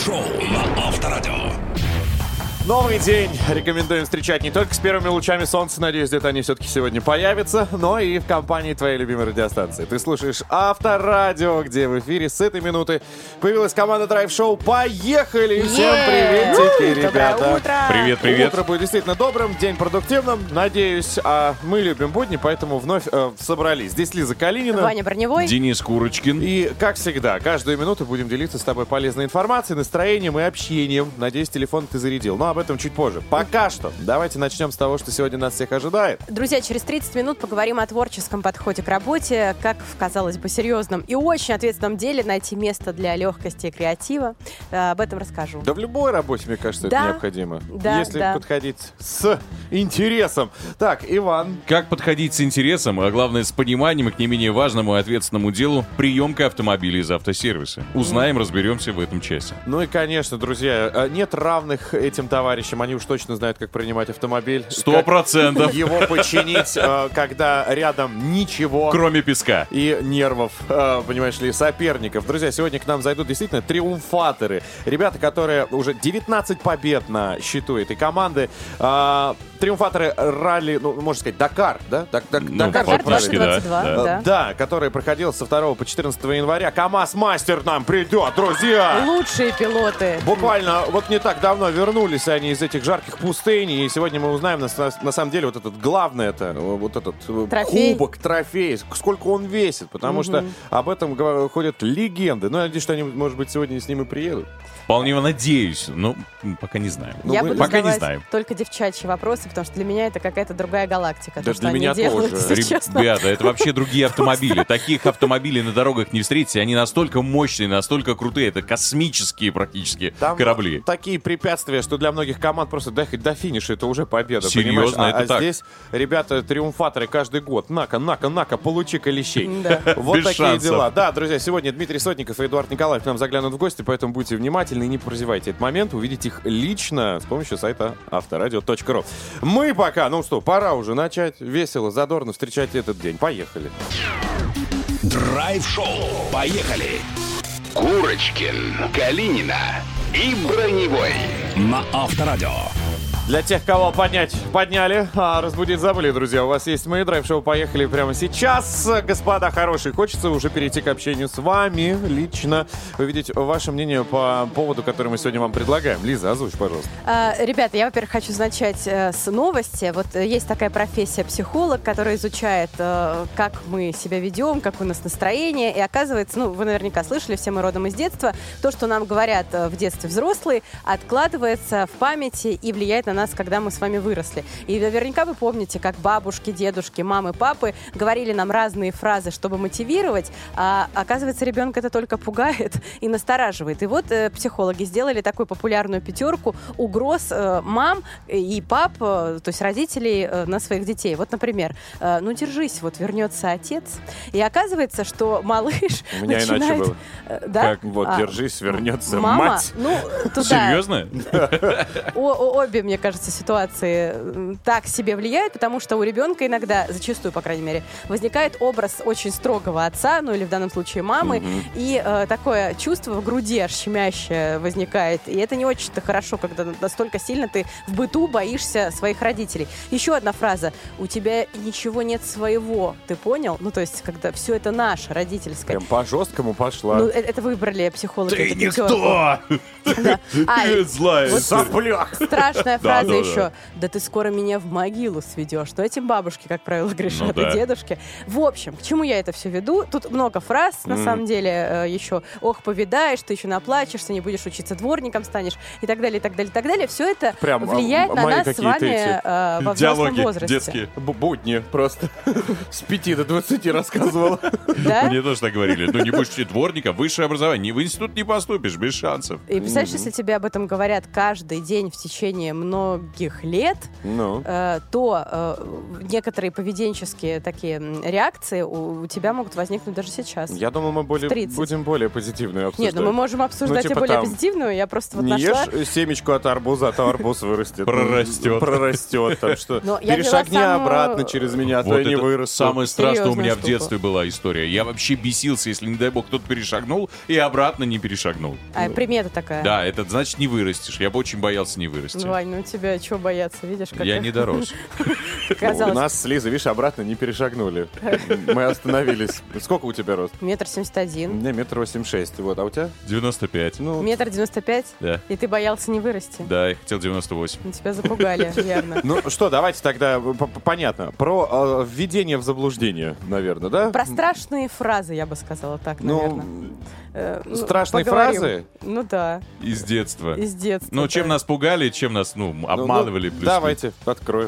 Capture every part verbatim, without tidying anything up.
Драйв-шоу на Авторадио. Новый день рекомендуем встречать не только с первыми лучами солнца, надеюсь, где-то они все-таки сегодня появятся, но и в компании твоей любимой радиостанции. Ты слушаешь Авторадио, где в эфире с этой минуты появилась команда Драйв-шоу. Поехали! Всем приветики, ребята! Привет, привет! Утро будет действительно добрым, день продуктивным, надеюсь. А мы любим будни, поэтому вновь э, собрались. Здесь Лиза Калинина, Ваня Броневой, Денис Курочкин. И, как всегда, каждую минуту будем делиться с тобой полезной информацией, настроением и общением. Надеюсь, телефон ты зарядил. Но об этом чуть позже. Пока что давайте начнем с того, что сегодня нас всех ожидает. Друзья, через тридцать минут поговорим о творческом подходе к работе, как в, казалось бы, серьезном и очень ответственном деле найти место для легкости и креатива. Э, об этом расскажу. Да в любой работе, мне кажется, Да. это необходимо. Да, Если да. подходить с интересом. Так, Иван. Как подходить с интересом, а главное с пониманием и к не менее важному и ответственному делу приемка автомобилей из автосервиса. Узнаем, разберемся в этом часе. Ну и, конечно, друзья, нет равных этим товарищам. Они уж точно знают, как принимать автомобиль. Сто процентов. Как его починить, э, когда рядом ничего. Кроме песка. И нервов, э, понимаешь ли, соперников. Друзья, сегодня к нам зайдут действительно триумфаторы. Ребята, которые уже девятнадцать побед на счету этой команды. Э, триумфаторы ралли, ну, можно сказать, Дакар, да? Дак- Дак- Ну, Дакар же фактически, правильно? да. двадцать двадцать два, да. да. Да, который проходил со второго по четырнадцатое января. КамАЗ-мастер нам придет, друзья! Лучшие пилоты. Буквально вот не так давно вернулись они из этих жарких пустынь, и сегодня мы узнаем, на, на- на самом деле, вот этот главный, это вот этот э, Трофей. кубок, трофей, сколько он весит, потому что об этом говор- ходят легенды. Ну, я надеюсь, что они, может быть, сегодня с ним и приедут. Вполне надеюсь, но пока не знаем. Ну, Я вы- буду пока не задавать знаем. только девчачьи вопросы, потому что для меня это какая-то другая галактика. Да то, что для они меня делают, тоже. если честно. Ребята, это вообще другие автомобили. Таких автомобилей на дорогах не встретите. Они настолько мощные, настолько крутые. Это космические практически Там корабли. такие препятствия, что для многих команд просто доехать до финиша, это уже победа. Серьезно, понимаешь? А, это а так? здесь ребята триумфаторы каждый год. На-ка, на-ка, на-ка, получи-ка лещей. Да. Вот Без такие шансов. дела. Да, друзья, сегодня Дмитрий Сотников и Эдуард Николаев к нам заглянут в гости, поэтому будьте внимательны и не прозевайте этот момент. Увидите их лично с помощью сайта авторадио точка ру. Мы пока, ну что, пора уже начать весело, задорно встречать этот день. Поехали. Драйв-шоу. Поехали. Курочкин, Калинина и Броневой на Авторадио. Для тех, кого поднять подняли, а разбудить забыли, друзья. У вас есть мы, драйв-шоу, поехали прямо сейчас. Господа хорошие, хочется уже перейти к общению с вами лично, увидеть ваше мнение по поводу, который мы сегодня вам предлагаем. Лиза, озвучь, пожалуйста. А, Ребята, я, во-первых, хочу начать э, с новости. Вот э, есть такая профессия психолог, которая изучает, э, как мы себя ведем, как у нас настроение. И оказывается, ну, вы наверняка слышали, все мы родом из детства, то, что нам говорят э, в детстве взрослые, откладывается в памяти и влияет на нас, когда мы с вами выросли. И наверняка вы помните, как бабушки, дедушки, мамы, папы говорили нам разные фразы, чтобы мотивировать, а оказывается, ребенка это только пугает и настораживает. И вот э, психологи сделали такую популярную пятерку угроз э, мам и пап, э, то есть родителей э, на своих детей. Вот, например, э, ну держись, вот вернется отец. И оказывается, что малыш У меня начинает... иначе было. Э, Да? Как вот, А, держись, вернется Мама, мать. ну, туда... Серьезно? О- о- обе, мне кажется, ситуации м, так себе влияют, потому что у ребенка иногда, зачастую, по крайней мере, возникает образ очень строгого отца, ну или в данном случае мамы, и э, такое чувство в груди аж щемящее возникает. И это не очень-то хорошо, когда настолько сильно ты в быту боишься своих родителей. Еще одна фраза. У тебя ничего нет своего. Ты понял? Ну, то есть, когда все это наше, родительское. Прям по жесткому пошла. Ну, э- это выбрали психологи. Ты эту пятерку. никто! Да. А, и Злая. вот Соплях. страшная Да, фраза да, еще. да. Да ты скоро меня в могилу сведешь. Но этим бабушки, как правило, грешат, Ну да. и дедушки. В общем, к чему я это все веду? Тут много фраз, на самом деле, э, еще. Ох, повидаешь, ты еще наплачешься, не будешь учиться дворником, станешь, и так далее, и так далее, и так далее. Все это Прям, влияет а, на мои нас с какие-то вами эти э, во взрослом Диалоги возрасте. детские. Б- Будни просто. С пяти до двадцати рассказывала. Да? Мне тоже так говорили. Ну, не будешь учить дворника, высшее образование. В институт не поступишь, без шансов. И представляешь, если тебе об этом говорят каждый день в течение многих лет, Ну. э, то э, некоторые поведенческие такие реакции у, у тебя могут возникнуть даже сейчас. Я думаю, мы более, будем более позитивную обсуждать. Нет, ну мы можем обсуждать ну, типа и более там, позитивную. Я просто вот не нашла... ешь семечку от арбуза, а то арбуз вырастет. Прорастет. Прорастет. Там что. Но я Перешагни взяла самую- обратно через меня, а то Вот я не это вырасту. самое страшное у Серьезная меня в штука. детстве была история. Я вообще бесился, если, не дай бог, кто-то перешагнул и обратно не перешагнул. А, примета такая. Да, это значит не вырастешь. Я бы очень боялся не вырасти. Вань, ну тебя чего бояться, видишь? Как Я не дорос. У Казалось, нас с Лизой, видишь, обратно не перешагнули. Мы остановились. Сколько у тебя рост? метр семьдесят У один, меня метр восемьдесят шесть. Вот, а у тебя? девяносто пять. Ну, метр девяносто пять, Да. и ты боялся не вырасти. Да, я хотел девяносто восемь. Ну, тебя запугали, явно. ну что, давайте тогда, п- п- понятно, про э, введение в заблуждение, наверное, да? Про страшные фразы, я бы сказала так, Ну, наверное. Э, ну, страшные поговорим. фразы? Ну да, Из детства. из детства. Ну, чем да. нас пугали, чем нас, ну, Ну, обманывали. ну, плюс-минус. давайте, откроем.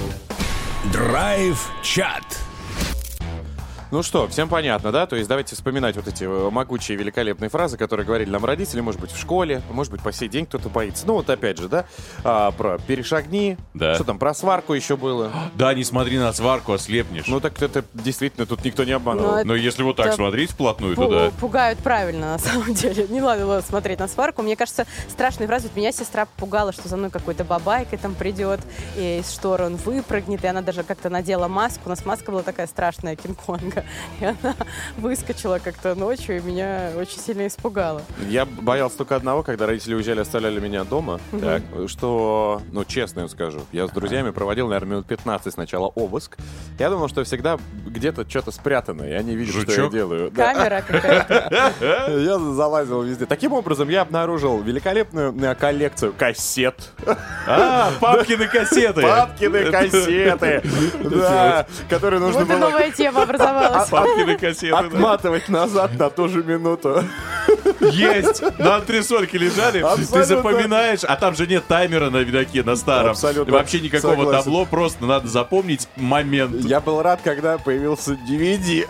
Драйв-чат. Ну что, всем понятно, да? То есть давайте вспоминать вот эти э, могучие, великолепные фразы, которые говорили нам родители, может быть, в школе, может быть, по сей день кто-то боится. Ну вот опять же, да, а, про перешагни, Да. что там, про сварку еще было. Да, не смотри на сварку, ослепнешь. Ну так это действительно тут никто не обманывал. Ну, это- Но если вот так Да. смотреть вплотную, Пу- то да. Пугают правильно, на самом деле. Не надо было смотреть на сварку. Мне кажется, страшные фразы. Вот меня сестра пугала, что за мной какой-то бабайка там придет, и из шторы он выпрыгнет, и она даже как-то надела маску. У нас маска была такая страшная, Кинг-Конга. И она выскочила как-то ночью, и меня очень сильно испугала. Я боялся только одного, когда родители уезжали, оставляли меня дома, так, что, ну, честно я скажу, я с друзьями проводил, наверное, минут пятнадцать сначала обыск. Я думал, что всегда где-то что-то спрятано, и они видят, что я Жучок? делаю. Да. Камера какая-то. Я залазил везде. Таким образом, я обнаружил великолепную э, коллекцию кассет. А, папкины кассеты. Папкины кассеты. Да, которые нужно Вот и было новая тема образовалась. Папкины кассеты, да. отматывать назад на ту же минуту. Есть! На антресольке лежали, ты Абсолютно. запоминаешь, а там же нет таймера на видаке, на старом. Абсолютно. Вообще никакого Согласен. табло, просто надо запомнить момент. Я был рад, когда появился ди ви ди.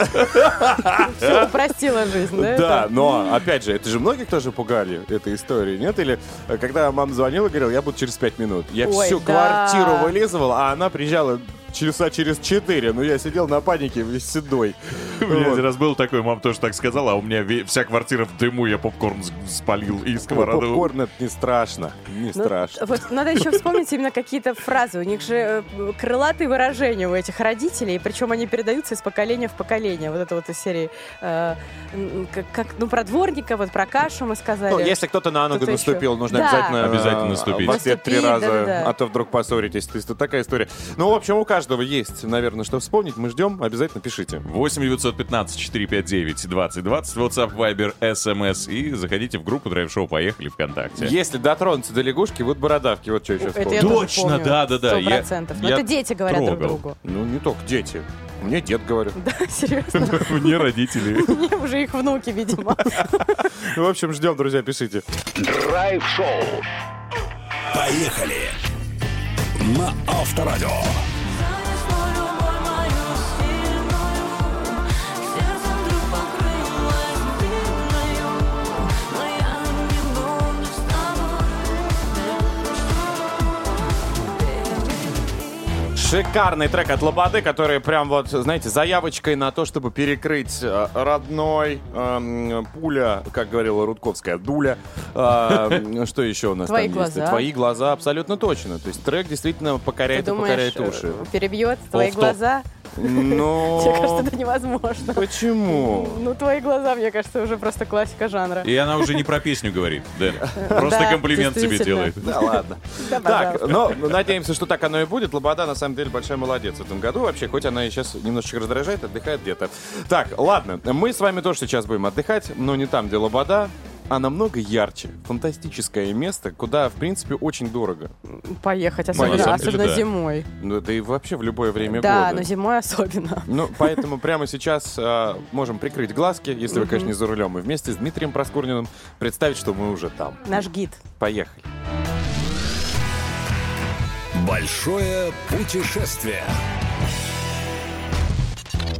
Все, упростила жизнь, да? Да, это? но, опять же, это же многих тоже пугали этой историей, нет? Или э, когда мама звонила и говорила, я буду через пять минут. Я Ой, всю да. квартиру вылизывал, а она приезжала часа через четыре. Ну, я сидел на панике весь седой. У меня Вот. один раз был такой, мама тоже так сказала, а у меня ве- вся квартира в дыму, я попкорн с- спалил и Ну, сковороду. попкорн это не страшно. Не Ну, страшно. вот надо еще вспомнить именно какие-то фразы. У них же э, крылатые выражения у этих родителей, причем они передаются из поколения в поколение. Вот это вот из серии, э, м, как, как, ну, про дворника, вот про кашу мы сказали. Ну, если кто-то на ногу Кто-то наступил, еще. нужно Да. обязательно, Обязательно э, наступить. в ответ три Наступить, раза, да-да-да. а то вдруг поссоритесь. То есть это такая история. Ну, в общем, у каждого есть, наверное, что вспомнить. Мы ждем, обязательно пишите. восемь девятьсот пятнадцать четыреста пятьдесят девять двадцать двадцать, WhatsApp, Viber, эс эм эс и заходите в группу Драйв Шоу «Поехали» ВКонтакте. Если дотронуться до легушки, вот бородавки, вот что еще Это я вспомнил. тоже Точно, помню. да-да-да, Сто я- процентов. Но я это дети говорят друг трогал. другу. Ну, не только дети. Мне дед говорит. Да, серьезно. Мне родители. Мне уже их внуки, видимо. Ну, в общем, ждем, друзья, пишите. Драйв-шоу. Поехали. На Авторадио. Шикарный трек от Лободы, который прям вот, знаете, заявочкой на то, чтобы перекрыть э, родной эм, пуля, как говорила Рудковская, дуля. Э, что еще у нас Твои там есть? глаза. Твои глаза, абсолютно точно. То есть трек действительно Ты покоряет и думаешь, покоряет уши. э, перебьет твои Офф-топ. глаза? Но... Мне кажется, это невозможно. Почему? Ну, твои глаза, мне кажется, уже просто классика жанра. И она уже не про песню говорит, Дэн. Просто Да, комплимент тебе действительно. делает. Да ладно. Да, Так, пожалуйста. но надеемся, что так оно и будет. Лобода, на самом деле, большая молодец в этом году. Вообще, хоть она и сейчас немножечко раздражает, отдыхает где-то. Так, ладно, мы с вами тоже сейчас будем отдыхать, но не там, где Лобода, а намного ярче. Фантастическое место, куда, в принципе, очень дорого. Поехать, На особенно, самом деле, особенно да. зимой. Ну, да и вообще в любое время Да, года. но зимой особенно. Ну, поэтому прямо сейчас а, можем прикрыть глазки, если вы, конечно, не за рулем, и вместе с Дмитрием Проскурниным представить, что мы уже там. Наш гид. Поехали. Большое путешествие.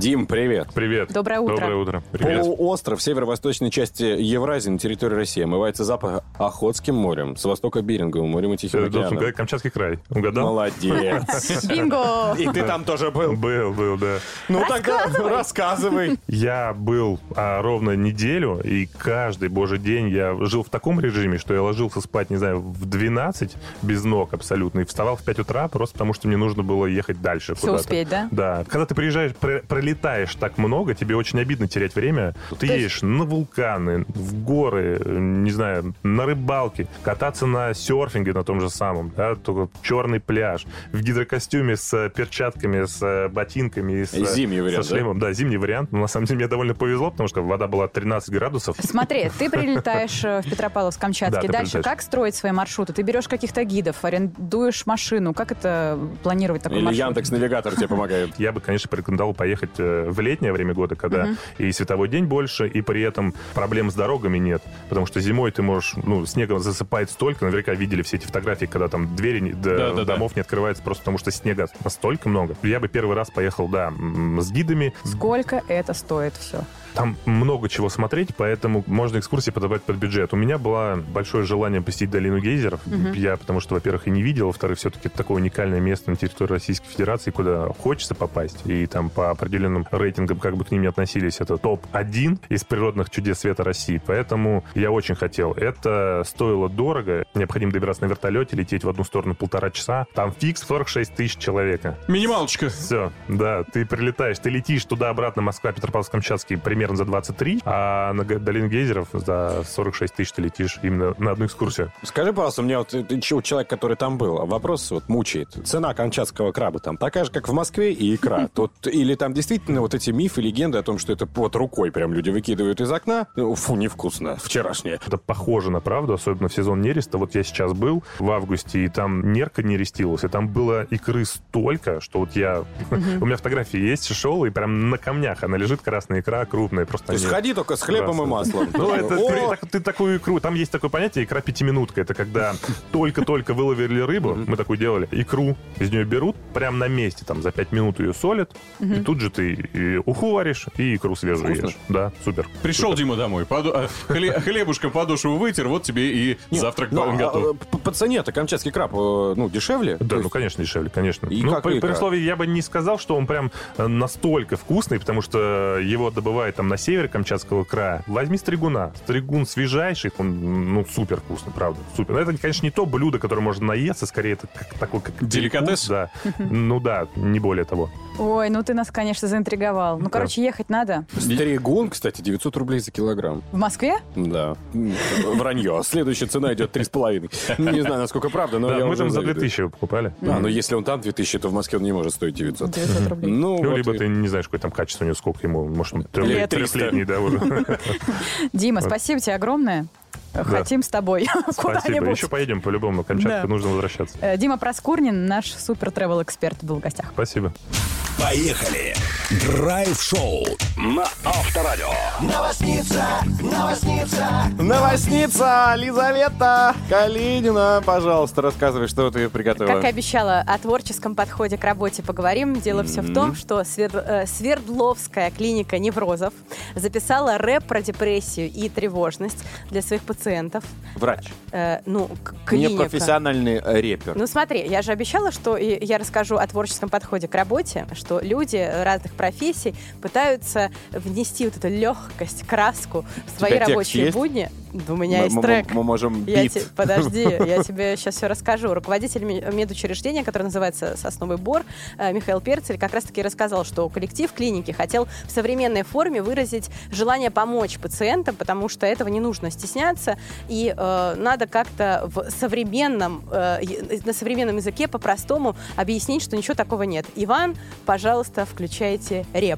Дим, привет. Привет. Доброе утро. Доброе утро. Привет. Полуостров в северо-восточной части Евразии на территории России омывается запах Охотским морем, с востока Беринговым морем и Тихим Ты должен океаном. сказать Камчатский край. Угадал? Молодец. Бинго! И ты там тоже был. Был, был, да. Ну тогда рассказывай. Я был а, ровно неделю, и каждый божий день я жил в таком режиме, что я ложился спать, не знаю, в двенадцать, без ног абсолютно, и вставал в пять утра, просто потому что мне нужно было ехать дальше Все куда-то. успеть, да? Да. Когда ты приезжаешь, про- пролетаешь так много, тебе очень обидно терять время. Ты есть- едешь на вулканы, в горы, не знаю, на рыбалке, кататься на серфинге на том же самом, да, только черный пляж, в гидрокостюме с перчатками, с ботинками, с, Зимний вариант, со шлемом. Да? да, зимний вариант. Но на самом деле мне довольно повезло, потому что вода была тринадцать градусов. Смотри, ты прилетаешь э, в Петропавловск-Камчатский. Да, ты Дальше прилетаешь. как строить свои маршруты? Ты берешь каких-то гидов, арендуешь машину. Как это планировать такой Или маршрут? Яндекс.Навигатор тебе помогает. Я бы, конечно, порекомендовал поехать э, в летнее время года, когда и световой день больше, и при этом проблем с дорогами нет. Потому что зимой ты можешь, ну, снегом засыпает столько, наверняка видели все эти фотографии, когда там двери не- д- Да-да-да. домов не открываются просто потому, что снега настолько много. Я бы первый раз поехал, да, м, с гидами. Сколько это стоит все? Там много чего смотреть, поэтому можно экскурсии подобрать под бюджет. У меня было большое желание посетить долину гейзеров. Я, потому что, во-первых, и не видел, во-вторых, все-таки это такое уникальное место на территории Российской Федерации, куда хочется попасть. И там по определенным рейтингам, как бы к ним ни относились, это топ один из природных чудес света России. Поэтому я очень хотел. Это стоило дорого. Необходимо добираться на вертолете, лететь в одну сторону полтора часа. Там фикс сорок шесть тысяч человека. Минималочка. Все, да, ты прилетаешь, ты летишь туда-обратно, Москва, Петропавловск-Камчатский, примерно за двадцать три, а на г- долину гейзеров за сорок шесть тысяч ты летишь именно на одну экскурсию. Скажи, пожалуйста, мне вот ты че- человек, который там был, вопрос вот мучает. Цена камчатского краба там такая же, как в Москве, и икра. Тут или там действительно вот эти мифы, легенды о том, что это вот рукой прям люди выкидывают из окна. Ну, фу, невкусно. Вчерашнее. Это похоже на правду, особенно в сезон нереста. Вот я сейчас был в августе, и там нерка нерестилась, и там было икры столько, что вот я... У меня фотографии есть, шел, и прям на камнях она лежит, красная икра, крупная, просто... То есть они- ходи только с хлебом и маслом. Ну, это О! ты, так- ты такую икру... Там есть такое понятие икра пятиминутка. Это когда только-только выловили рыбу, мы такую делали, икру из нее берут, прям на месте, там, за пять минут ее солят, и тут же ты и уху варишь, и икру свежую Вкусно. ешь. Да, супер. Пришел Супер. Дима домой, поду- а, хле- хлебушком подошву вытер, вот тебе и завтрак Ну, а, готов. а, по цене-то камчатский краб, э, ну, дешевле? Да, То ну, есть- конечно, дешевле, конечно. И ну, как при, икра? при условии, я бы не сказал, что он прям э, настолько вкусный, потому что его добывают там на севере Камчатского края. Возьми стригуна. Стригун свежайший, он, ну, супер вкусный, правда, супер. Но это, конечно, не то блюдо, которое можно наесться, скорее это как, такой, как Деликатес? перекус, да. Ну да, не более того. Ой, ну ты нас, конечно, заинтриговал. Ну, короче, ехать надо. Стригун, кстати, девятьсот рублей за килограмм. В Москве? Да. Вранье. Следующая цена идет три с половиной. Не знаю, насколько правда, но Да, я мы уже там за две завидую. тысячи его покупали. А, но если он там две тысячи, то в Москве он не может стоить девятьсот. девятьсот рублей. Ну, Ну, вот либо и- ты не знаешь, какое там качество у него, сколько ему, может, он Лет трехлетний, да, уже. Дима, спасибо тебе огромное. Хотим с тобой Спасибо. куда-нибудь. Еще поедем по-любому, на Камчатку Да. нужно возвращаться. Э, Дима Проскурнин, наш супер тревел эксперт, был в гостях. Спасибо. Поехали! Драйв-шоу на Авторадио. Новостница Лизавета Калинина. Пожалуйста, рассказывай, что ты приготовила. Как и обещала, о творческом подходе к работе поговорим. Дело все в том, что Свер- э, Свердловская клиника неврозов записала рэп про депрессию и тревожность для своих пациентов. Врач. Э, ну, к- клиника. Непрофессиональный э, рэпер. Ну смотри, я же обещала, что и я расскажу о творческом подходе к работе, что люди разных профессий пытаются внести вот эту легкость, краску в свои тебя текст рабочие есть? будни. Да, у меня Мы- есть мы- трек. Мы можем Я бит. те- подожди, я тебе сейчас все расскажу. Руководитель ми- медучреждения, которое называется «Сосновый бор», э, Михаил Перцель, как раз-таки рассказал, что коллектив клиники хотел в современной форме выразить желание помочь пациентам, потому что этого не нужно стесняться, и э, надо как-то в современном, э, е- на современном языке по-простому объяснить, что ничего такого нет. Иван, пожалуйста, включайте реп.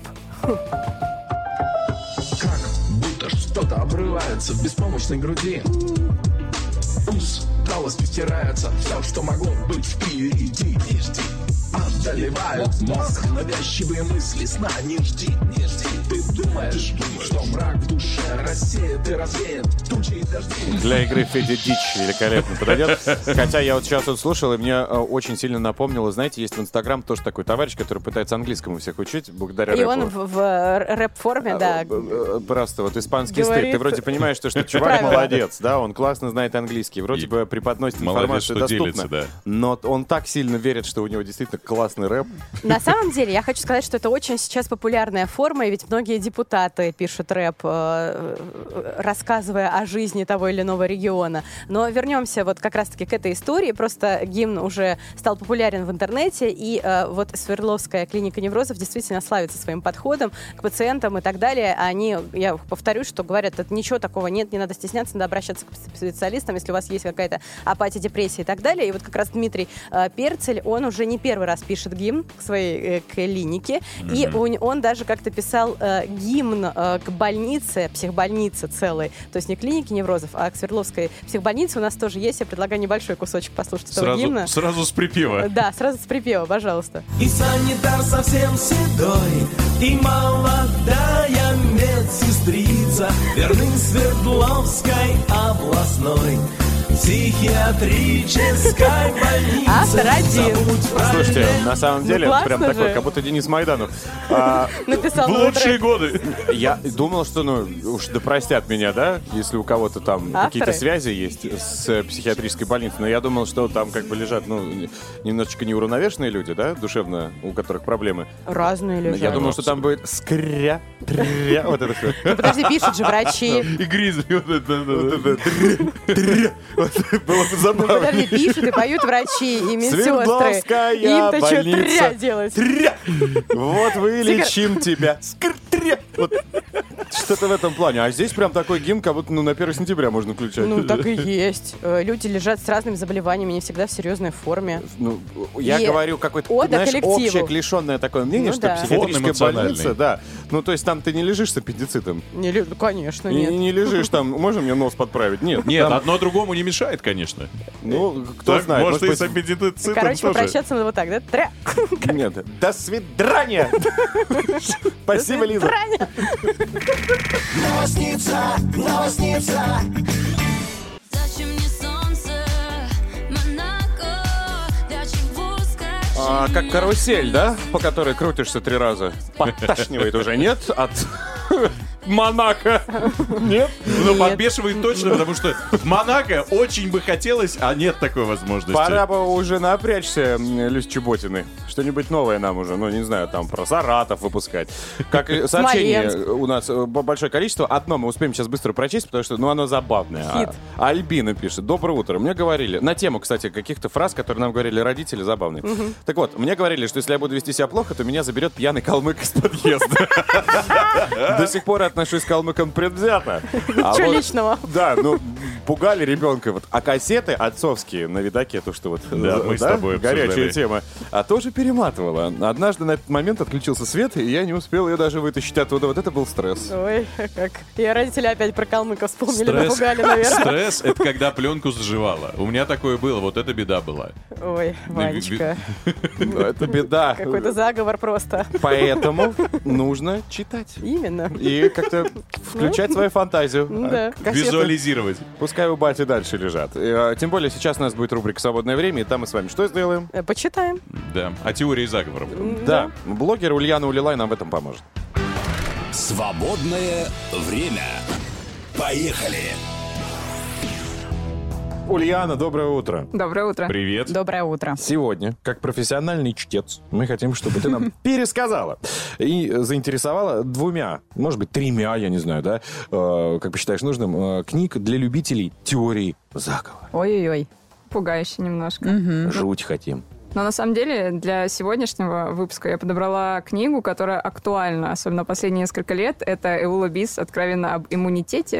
Как будто что-то обрывается в беспомощной груди. Устал новостью стирается все, что могло быть впереди. Не жди, одолевают мозг навязчивые мысли сна. Не жди, не жди, ты думаешь, что мрак в душе рассеет и развеет тучи и дожди. Для игры Федя Дичь великолепно подойдет. Хотя я вот сейчас вот слушал, и мне э, очень сильно напомнило, знаете, есть в Инстаграм тоже такой товарищ, который пытается английскому всех учить, благодаря И рэпу. он в, в рэп-форме, да. Просто вот испанский Говорит. стыд. Ты вроде понимаешь, что, что чувак Правильно. молодец, да, он классно знает английский, вроде И бы преподносит молодец, информацию что доступно, делится, да. но он так сильно верит, что у него действительно классный рэп. На самом деле, я хочу сказать, что это очень сейчас популярная форма, и ведь многие депутаты пишут рэп, э, рассказывая о жизни того или иного региона. Но вернемся вот как раз-таки к этой истории. Просто гимн уже стал популярен в интернете, и э, вот Свердловская клиника неврозов действительно славится своим подходом к пациентам и так далее. Они, я повторюсь, что говорят, это ничего такого нет, не надо стесняться, надо обращаться к специалистам, если у вас есть какая-то апатия, депрессия и так далее. И вот как раз Дмитрий э, Перцель, он уже не первый раз пишет гимн к своей э, клинике, mm-hmm. и он, он даже как-то писал э, гимн э, к больнице, психбольнице целой, то есть не клинике неврозов, а к Свердловской психбольнице у нас тоже есть. Я предлагаю небольшой кусочек послушать этого Сразу, гимна. сразу с припева. Да, сразу с припева, пожалуйста. И санитар совсем седой, и молодая медсестрица, верны Свердловской областной психиатрической больницы. Автор один. Слушайте, на самом Ну, деле, классно прям же. такой, как будто Денис Майданов. А, Написал В новый лучшие трек. годы. я думал, что, ну, уж да простят меня, да, если у кого-то там Авторы? какие-то связи есть с э, психиатрической больницей, но я думал, что там как бы лежат, ну, немножечко неуравновешенные люди, да, душевно, у которых проблемы. Разные люди. Я думал, что там будет скря, тря, вот это все. Ну, подожди, пишут же врачи. И Гризли. Вот это, вот это. Было бы Ну, забавно. подожди, пишут и поют врачи, и медсестры. Свердловская Им-то что, больница. тря делать? Тря! Вот вылечим тебя. Скр, тря! Вот. Что-то в этом плане. А здесь прям такой гимн, как будто ну, на первое сентября можно включать. Ну, так и есть. Э, Люди лежат с разными заболеваниями, не всегда в серьезной форме. Ну, я И говорю, какое-то, ода знаешь, коллективу. общее клишенное такое мнение, Ну что да. Фон психиатрическая эмоциональный. больница, да. Ну, то есть там ты не лежишь с аппендицитом. Не, лю- ну, конечно, И нет. не лежишь там, можно мне нос подправить? Нет. Нет, Там, одно другому не мешает, конечно. ну, кто Так, знает. Может, и быть, с аппендицитом Короче, тоже. попрощаться надо вот так, да? Тря. Нет. До свидания! Спасибо, Лиза. Траня. Новостница, новостница. Зачем мне солнце, Монако? Для чего, скажи А, как мне? карусель, да? По которой крутишься три раза. Подташнивает уже, нет? От Монако. Нет? Ну, Нет. подбешивает точно, потому что в Монако очень бы хотелось, а нет такой возможности. Пора бы уже напрячься, м, Люсь Чеботины. Что-нибудь новое нам уже, ну, не знаю, там, про Саратов выпускать. Как и сообщение Смоленск. у нас э, б- большое количество. Одно мы успеем сейчас быстро прочесть, потому что, ну, оно забавное. Хит. А- Альбина пишет. Доброе утро. Мне говорили, на тему, кстати, каких-то фраз, которые нам говорили родители, забавные. Так вот, мне говорили, что если я буду вести себя плохо, то меня заберет пьяный калмык из подъезда. До сих пор отношусь к калмыкам предвзято. А Ничего вот- личного. Да, ну, пугали ребенка. Вот. А кассеты отцовские на видаке, то, что вот... Да, мы с тобой горячая обсуждали. тема. А тоже перематывала. Однажды на этот момент отключился свет, и я не успел ее даже вытащить оттуда. Вот это был стресс. Ой, как. И родители опять про калмыка вспомнили, Стресс, напугали, наверное. стресс — это когда пленку заживала. У меня такое было, вот это беда была. Ой, Ванечка. Ну, это беда. Какой-то заговор просто. Поэтому нужно читать. Именно. И как-то включать свою фантазию. Ну да. А кассеты Визуализировать. пускай у бати дальше лежат. И, а, Тем более сейчас у нас будет рубрика «Свободное время», и там мы с вами что сделаем? Э, Почитаем. Да. О теории заговоров. Да. Блогер Ульяна Улилай нам в этом поможет. Свободное время. Поехали. Ульяна, доброе утро. Доброе утро. Привет. Доброе утро. Сегодня, как профессиональный чтец, мы хотим, чтобы ты нам пересказала и заинтересовала двумя, может быть, тремя, я не знаю, да, э, как посчитаешь нужным, э, книг для любителей теории заговора. Ой-ой-ой. Пугающе немножко. Жуть хотим. Но на самом деле для сегодняшнего выпуска я подобрала книгу, которая актуальна, особенно последние несколько лет. Это Эула Бис «Откровенно об иммунитете».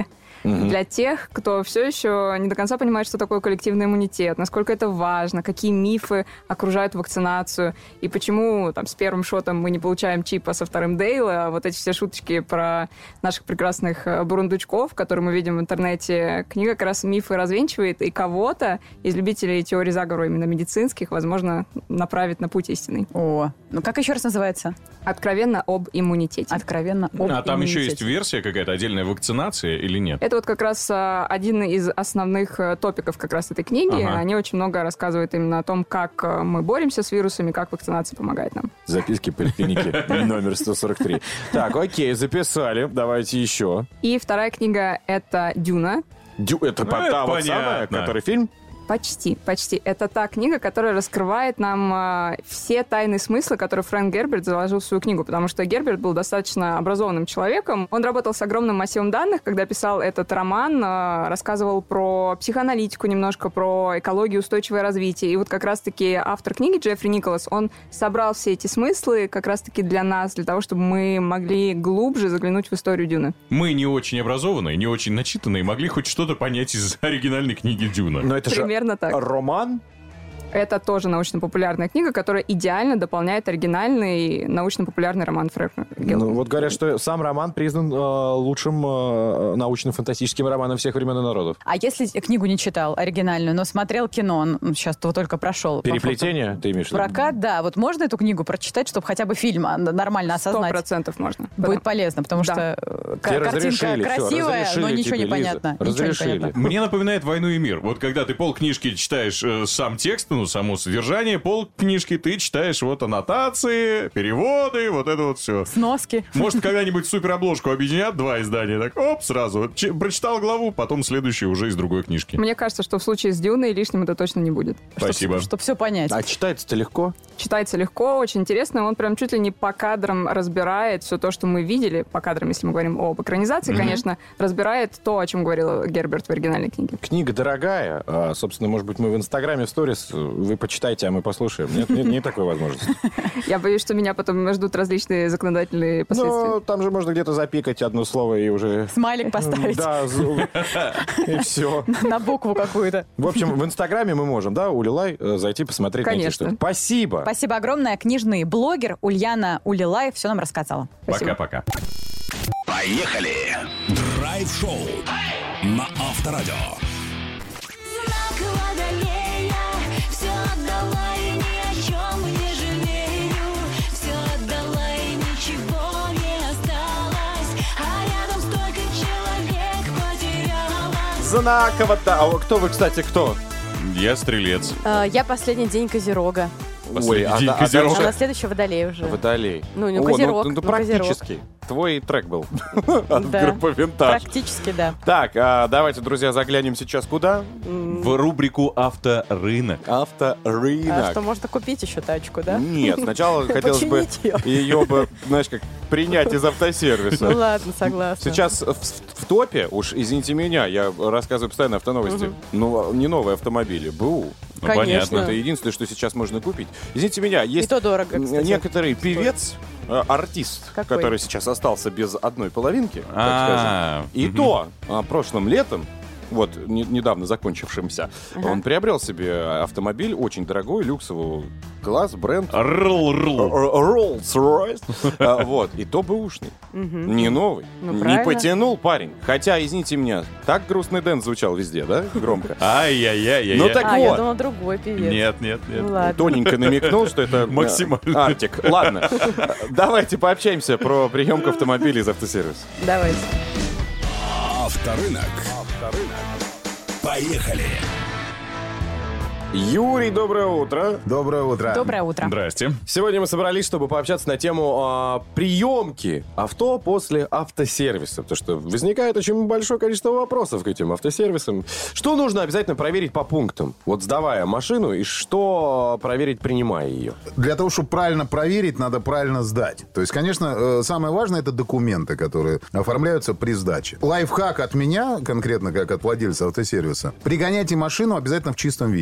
mm-hmm. для тех, кто все еще не до конца понимает, что такое коллективный иммунитет, насколько это важно, какие мифы окружают вакцинацию, и почему там, с первым шотом мы не получаем чип, а со вторым Дейл, а вот эти все шуточки про наших прекрасных бурундучков, которые мы видим в интернете. Книга как раз мифы развенчивает, и кого-то из любителей теории заговора именно медицинских, возможно, направит на путь истинный. О, ну как еще раз называется? «Откровенно об иммунитете». «Откровенно об А там иммунитете». еще есть версия какая-то, отдельная вакцинация или нет? Это вот как раз а, один из основных а, топиков как раз этой книги. Ага. Они очень много рассказывают именно о том, как а, мы боремся с вирусами, как вакцинация помогает нам. Записки поликлиники номер сто сорок три. Так, окей, записали. Давайте еще. И вторая книга — это «Дюна». Дю, это Ну, та это вот самая, понятно. который фильм? Почти, почти. Это та книга, которая раскрывает нам э, все тайные смыслы, которые Фрэнк Герберт заложил в свою книгу, потому что Герберт был достаточно образованным человеком. Он работал с огромным массивом данных, когда писал этот роман, э, рассказывал про психоаналитику немножко, про экологию, устойчивое развитие. И вот как раз-таки автор книги Джеффри Николас, он собрал все эти смыслы как раз-таки для нас, для того, чтобы мы могли глубже заглянуть в историю Дюны. Мы не очень образованные, не очень начитанные, могли хоть что-то понять из оригинальной книги «Дюна». Но это же Примерно так. роман? Это тоже научно-популярная книга, которая идеально дополняет оригинальный научно-популярный роман Фрэнка Герберта. Ну, вот говорят, что сам роман признан э, лучшим э, научно-фантастическим романом всех времен и народов. А если книгу не читал оригинальную, но смотрел кино, он сейчас его только прошел. Переплетение, ты имеешь в виду? Прокат, да. Вот можно эту книгу прочитать, чтобы хотя бы фильм а, нормально Сто осознать? процентов можно. Будет полезно, потому Да. что э, Тебе ка- картинка разрешили, всё, красивая, разрешили но ничего тебе, не понятно. Лиза, Ничего не разрешили. понятно. Мне напоминает «Войну и мир». Вот когда ты полкнижки читаешь э, сам текст, ну, само содержание, пол книжки ты читаешь вот аннотации, переводы, вот это вот все. Сноски. Может, когда-нибудь суперобложку объединят два издания, так оп, сразу. Вот че- прочитал главу, потом следующую уже из другой книжки. Мне кажется, что в случае с Дюной лишним это точно не будет. Спасибо. Чтобы все понять. А читается-то легко? Читается легко, очень интересно. Он прям чуть ли не по кадрам разбирает все то, что мы видели. По кадрам, если мы говорим об экранизации, Мгм. конечно, разбирает то, о чем говорил Герберт в оригинальной книге. Книга дорогая. А, собственно, может быть, мы в Инстаграме в сторис вы почитайте, а мы послушаем. Нет, нет, нет такой возможности. Я боюсь, что меня потом ждут различные законодательные последствия. Ну, там же можно где-то запикать одно слово и уже... Смайлик поставить. Да, з- и все. На букву какую-то. В общем, в Инстаграме мы можем, да, Улилай, э, зайти посмотреть, найти Конечно. что-то. Спасибо. Спасибо огромное. Книжный блогер Ульяна Улилай все нам рассказала. Пока-пока. Поехали! Драйв-шоу на Авторадио. Знак Водолея, все отдала и ни о чем не жалею. Все отдала и ничего не осталось, а рядом столько человек потерялось. Знаково. А кто вы, кстати, кто? Я стрелец. Э, Я последний день Козерога. Последний день а- а Козерога. А дальше- на следующий Водолей уже. Водолей. Ну, не О, Козерог, ну, ну, ну, Козерог. практически. Твой трек был от Да. группы «Винтаж». Практически, да. Так, а давайте, друзья, заглянем сейчас куда? В рубрику «Авторынок». Авторынок. А что, можно купить еще тачку, да? Нет, сначала хотелось бы Починить её. ее бы, знаешь, как принять из автосервиса. Ну ладно, согласна. Сейчас в, в топе, уж извините меня, я рассказываю постоянно автоновости, ну, не новые автомобили, БУ. Ну, Конечно. понятно. Это единственное, что сейчас можно купить. Извините меня, И есть то дорого, кстати. некоторый певец, э, артист, Какой? который сейчас остался без одной половинки, так А, скажем. И мгм. то а, прошлым летом, вот, не- недавно закончившимся, Ага. он приобрел себе автомобиль очень дорогой, люксовый класс, бренд. Рл-рл. Rolls-Royce. А, Вот, и то бэушный. Не новый. Ну, Не правильно. потянул парень. Хотя, извините меня, так грустный дэнс звучал везде, да? Громко. Ай-яй-яй-яй. Ну так А, я вот. думала, другой певец. Нет, нет, нет. Ну ладно. Тоненько намекнул, что это э, Максимально. Артик. Ладно, давайте пообщаемся про приемку автомобилей из автосервиса. Давайте. Авторынок. Поехали! Юрий, доброе утро. Доброе утро. Доброе утро. Здрасте. Сегодня мы собрались, чтобы пообщаться на тему а, приемки авто после автосервиса. Потому что возникает очень большое количество вопросов к этим автосервисам. Что нужно обязательно проверить по пунктам? Вот сдавая машину, и что проверить, принимая ее? Для того, чтобы правильно проверить, надо правильно сдать. То есть, конечно, э, самое важное — это документы, которые оформляются при сдаче. Лайфхак от меня, конкретно как от владельца автосервиса: пригоняйте машину обязательно в чистом виде.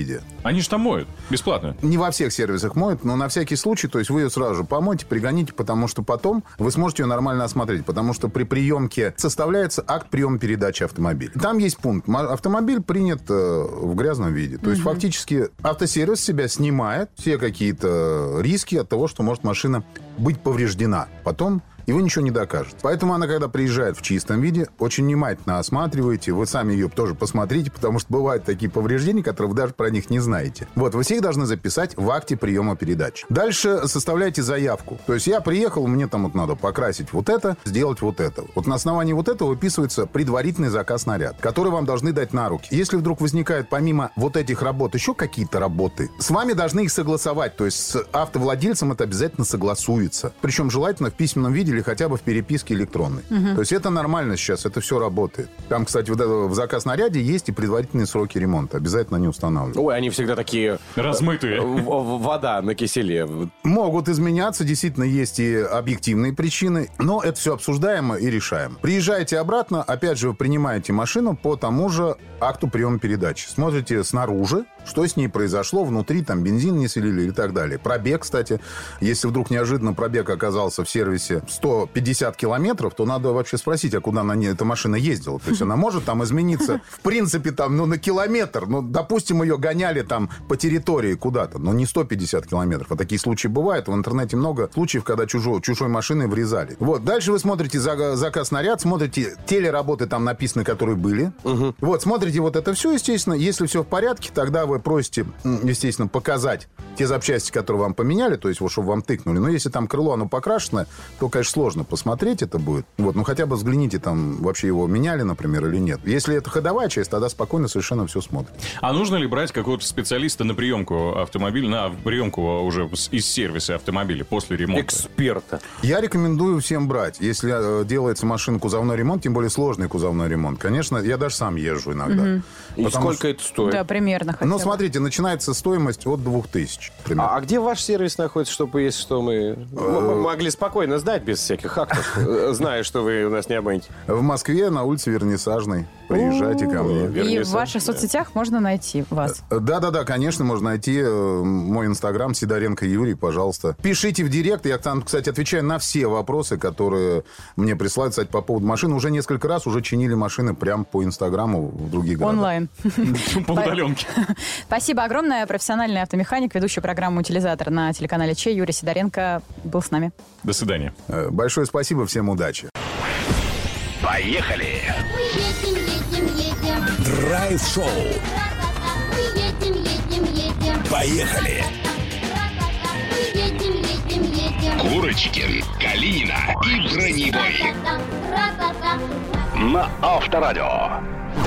Они же там моют, бесплатно. Не во всех сервисах моют, но на всякий случай, то есть вы ее сразу же помойте, пригоните, потому что потом вы сможете ее нормально осмотреть, потому что при приемке составляется акт приема передачи автомобиля. Там есть пункт. Автомобиль принят э, в грязном виде. То есть угу. фактически автосервис себя снимает все какие-то риски от того, что может машина быть повреждена. Потом и вы ничего не докажете. Поэтому она, когда приезжает в чистом виде, очень внимательно осматриваете. Вы сами ее тоже посмотрите, потому что бывают такие повреждения, которые вы даже про них не знаете. Вот, вы все их должны записать в акте приема передач. Дальше составляйте заявку. То есть я приехал, мне там вот надо покрасить вот это, сделать вот это. Вот на основании вот этого выписывается предварительный заказ наряд, который вам должны дать на руки. Если вдруг возникают помимо вот этих работ еще какие-то работы, с вами должны их согласовать. То есть с автовладельцем это обязательно согласуется. Причем желательно в письменном виде или хотя бы в переписке электронной. Угу. То есть это нормально сейчас, это все работает. Там, кстати, вот это, в заказ наряде есть и предварительные сроки ремонта. Обязательно не устанавливают. Ой, они всегда такие... Размытые. Вода на киселе. Могут изменяться, действительно, есть и объективные причины, но это все обсуждаемо и решаемо. Приезжаете обратно, опять же, вы принимаете машину по тому же акту приема передачи. Смотрите снаружи, что с ней произошло, внутри там бензин не слили и так далее. Пробег, кстати, если вдруг неожиданно пробег оказался в сервисе сто пятьдесят километров, то надо вообще спросить, а куда на ней эта машина ездила. То есть она может там измениться, в принципе, там, ну, на километр. Ну, допустим, ее гоняли там по территории куда-то, но не сто пятьдесят километров. А такие случаи бывают. В интернете много случаев, когда чужой, чужой машиной врезали. Вот, дальше вы смотрите за, заказ наряд, смотрите телеработы там написаны, которые были. Угу. Вот, смотрите вот это все, естественно. Если все в порядке, тогда вы просите, естественно, показать те запчасти, которые вам поменяли, то есть, вот, чтобы вам тыкнули. Но если там крыло, оно покрашено, то, конечно, сложно посмотреть это будет. Вот, ну, хотя бы взгляните, там, вообще его меняли, например, или нет. Если это ходовая часть, тогда спокойно совершенно все смотрите. А нужно ли брать какого-то специалиста на приемку автомобиля, на приемку уже из сервиса автомобиля после ремонта? Эксперта. Я рекомендую всем брать. Если э, делается машина кузовной ремонт, тем более сложный кузовной ремонт. Конечно, я даже сам езжу иногда. Угу. И сколько что... это стоит? Да, примерно. Хотя ну, бы. Смотрите, начинается стоимость от двух тысяч. А, а где ваш сервис находится, чтобы, если что, мы могли спокойно сдать без всяких актов, зная, что вы у нас не обманете? В Москве на улице Вернисажной. Приезжайте ко мне. И в ваших соцсетях можно найти вас? Да-да-да, конечно, можно найти мой инстаграм Сидоренко Юрий, пожалуйста. Пишите в директ. Я там, кстати, отвечаю на все вопросы, которые мне присылают, кстати, по поводу машины. Уже несколько раз уже чинили машины прямо по инстаграму в других городах. Онлайн. По удаленке. Спасибо огромное. Профессиональный автомеханик, ведущий программу «Утилизатор» на телеканале Че Юрий Сидоренко был с нами. До свидания. Большое спасибо, всем удачи. Поехали! Мы едем, едем, едем. Драйв-шоу. Мы едем, едем, едем. Поехали! Мы едем, едем, едем. Курочкин, Калинина и Броневой. Ра-та-та. На Авторадио.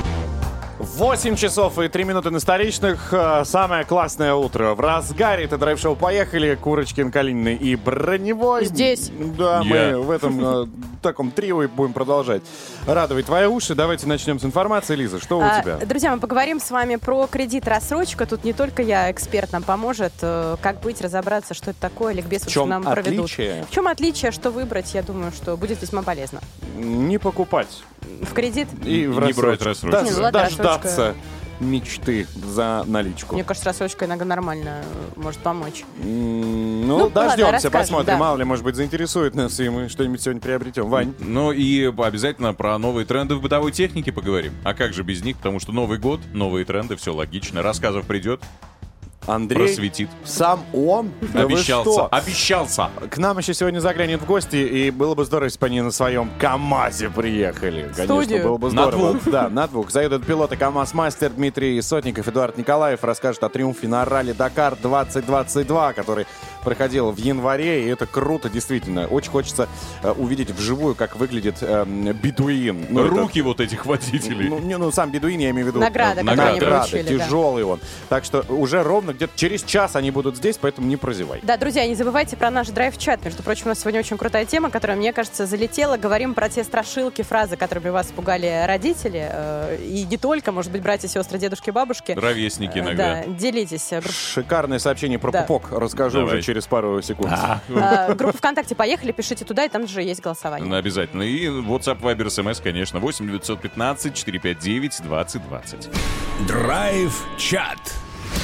восемь часов и три минуты на столичных. Самое классное утро. В разгаре это драйв-шоу «Поехали». Курочкин, Калинина и Броневой. Здесь. Да, Я. мы в этом э, таком трио и будем продолжать радовать твои уши. Давайте начнем с информации. Лиза, что у А, тебя? Друзья, мы поговорим с вами про кредит-рассрочка. Тут не только я, эксперт нам поможет. э, Как быть, разобраться, что это такое. Ликбез В чем нам проведут. отличие? В чем отличие, что выбрать, я думаю, что будет весьма полезно. Не покупать. В кредит? И в Не брать рассрочку. рассрочку. Не, ну ладно, Дождаться мечты за наличку. Мне кажется, рассрочка иногда нормально э, может помочь. М, Ну, Ну, ладно, дождемся, расскажем, посмотрим. да. Мало ли, может быть, заинтересует нас, и мы что-нибудь сегодня приобретем. Вань. Ну и обязательно про новые тренды в бытовой технике поговорим. А как же без них? Потому что Новый год, новые тренды, все логично. Рассказов придет, Андрей, просветит. сам он? Да вы Обещался, что? обещался. К нам еще сегодня заглянет в гости, и было бы здорово, если бы они на своем КамАЗе приехали. Конечно, студию? было бы На здорово. двух. Да, на двух. Заедут пилоты КамАЗ-мастер Дмитрий Сотников, Эдуард Николаев, расскажут о триумфе на ралли Дакар двадцать двадцать два, который проходил в январе, и это круто, действительно. Очень хочется э, увидеть вживую, как выглядит э, бедуин. Ну, Руки это- вот этих водителей. Ну, не, ну, сам бедуин, я имею в виду. Награда, э, которую они награда, получили, да. тяжелый он. Так что уже ровно где-то через час они будут здесь, поэтому не прозевай. Да, друзья, не забывайте про наш драйв-чат. Между прочим, у нас сегодня очень крутая тема, которая, мне кажется, залетела. Говорим про те страшилки, фразы, которые вас пугали родители. э, И не только, может быть, братья, сестры, дедушки, бабушки. Ровесники Э, иногда. Да, делитесь. Групп- Шикарное сообщение про Да. пупок расскажу Давай. уже через пару секунд. э, Группа ВКонтакте «Поехали», пишите туда, и там же есть голосование. Ну, обязательно. И WhatsApp, Viber, эс эм эс, конечно. восемь девятьсот пятнадцать четыреста пятьдесят девять двадцать двадцать. Драйв-чат.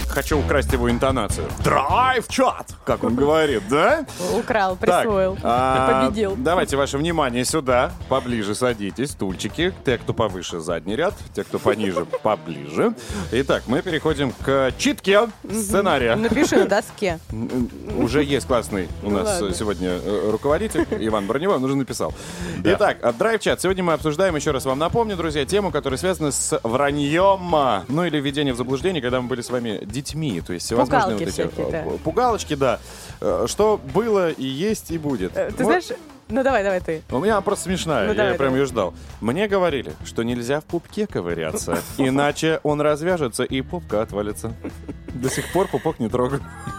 хочу украсть его интонацию. Драйв-чат, как он говорит, да? Украл, присвоил, Так, а, победил. Давайте ваше внимание сюда. Поближе садитесь, стульчики. Те, кто повыше, задний ряд. Те, кто пониже, поближе. Итак, мы переходим к читке сценария. Напиши на доске. Уже есть классный у Ну нас ладно. сегодня э, руководитель Иван Броневой, он уже написал. Итак, от драйв-чат. Сегодня мы обсуждаем, еще раз вам напомню, друзья, тему, которая связана с враньем, а, ну или введением в заблуждение, когда мы были с вами детьми. То есть всевозможные Пугалки вот эти всякие, да. э, пугалочки, да. Э, Что было и есть и будет. Э, Ты Вот. знаешь, ну давай, давай ты. У меня просто смешная, Ну, я давай, прям давай. ее ждал. Мне говорили, что нельзя в пупке ковыряться, иначе он развяжется и пупка отвалится. До сих пор пупок не трогаю.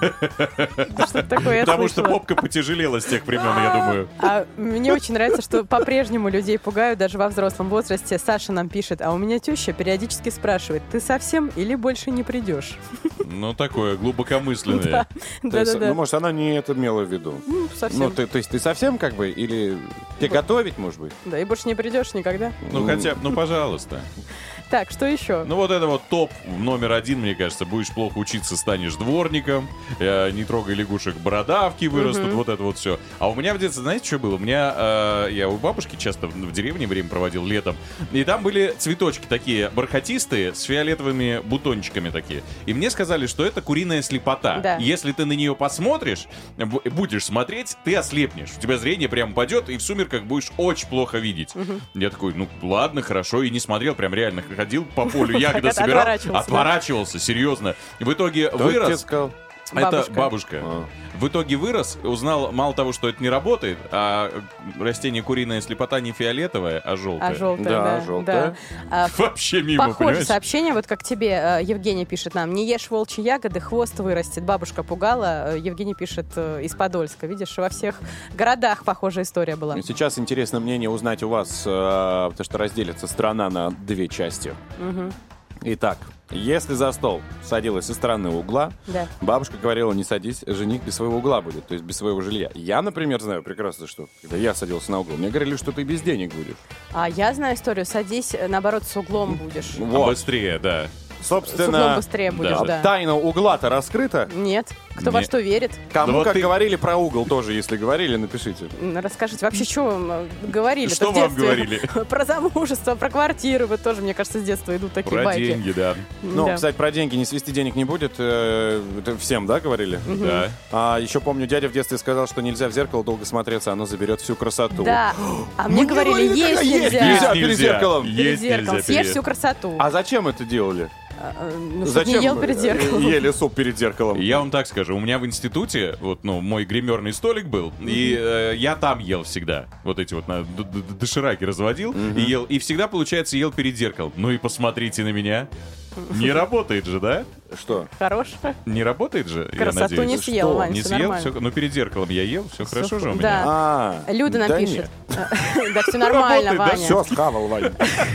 Что-то такое я Потому что слышала. попка потяжелела с тех времен, я думаю. А мне очень нравится, что по-прежнему людей пугают даже во взрослом возрасте. Саша нам пишет, а у меня теща периодически спрашивает, ты совсем или больше не придешь? Ну, такое глубокомысленное. То есть, Да-да-да. ну, может, она не это имела в виду. Ну, совсем. Ну, ты, то есть ты совсем как бы, или тебе готовить, может быть? Да, и больше не придешь никогда. Ну, хотя бы, ну, пожалуйста. Так, что еще? Ну, вот это вот топ номер один, мне кажется. Будешь плохо учиться, станешь дворником. э, не трогай лягушек, бородавки вырастут. Мгм. Вот это вот все. А у меня в детстве, знаете, что было? У меня, э, я у бабушки часто в деревне время проводил летом. И там были цветочки такие бархатистые, с фиолетовыми бутончиками такие. И мне сказали, что это куриная слепота. Да. Если ты на нее посмотришь, б- будешь смотреть, ты ослепнешь. У тебя зрение прям упадет, и в сумерках будешь очень плохо видеть. Мгм. Я такой, ну ладно, хорошо, и не смотрел, прям реально ходил по полю, ягоды От- собирал, отворачивался, отворачивался, серьезно. В итоге Кто это тебе вырос. сказал? Это Бабушка. бабушка. А. В итоге вырос, узнал мало того, что это не работает, а растение куриная слепота не фиолетовая, а желтая. А желтая, Да, да. желтая. да. А, Вообще мимо, Похоже понимаешь? сообщение, вот как тебе э, Евгений пишет нам. Не ешь волчьи ягоды, хвост вырастет. Бабушка пугала. Э, Евгений пишет э, из Подольска. Видишь, во всех городах похожая история была. Сейчас интересно мнение узнать у вас, э, то, что разделится страна на две части. Мгм. Итак, если за стол садилась со стороны угла, Да. бабушка говорила, не садись, жених без своего угла будет, то есть без своего жилья. Я, например, знаю прекрасно, что когда я садился на угол, мне говорили, что ты без денег будешь. А я знаю историю. Садись, э, наоборот, с углом будешь. А Вот. быстрее, да. С углом Собственно, быстрее будешь, да. да. тайна угла-то раскрыта. Нет. Кто во Не. что верит? Кому, Ну вот как ты- говорили про угол тоже, если говорили, напишите. М, Расскажите, вообще, что вам э, говорили? Что вам говорили? Про замужество, про квартиру. Вот тоже, мне кажется, с детства идут такие Про байки. деньги, да. Ну, Да. кстати, про деньги, не свести денег не будет. э, Это всем, да, говорили? Да. А еще помню, дядя в детстве сказал, что нельзя в зеркало долго смотреться, оно заберет всю красоту. Да. А мне Мне говорили, говорили, есть есть нельзя. нельзя. перед зеркалом. Перед Есть зеркалом. нельзя Съешь перед- всю красоту. А зачем это делали? А, э, ну, чтоб не ел перед э, зеркалом. ели суп перед зеркалом? Я вам так скажу, у меня в институте, вот, ну, мой гримерный столик был, и э, я там ел всегда. Вот эти вот на д- д- дошираки разводил и ел. И всегда, получается, ел перед зеркалом. Ну и посмотрите на меня. Не работает же, да? Что? Хорош. Не работает же, я Красоту надеюсь. не съел, Что? Вань, Не всё съел? нормально. Всё- ну, перед зеркалом я ел, все хорошо же у меня. Да. А, Люда нам да пишет. нет. Да все нормально, Работает, да, Ваня. Все, схавал, Ваня.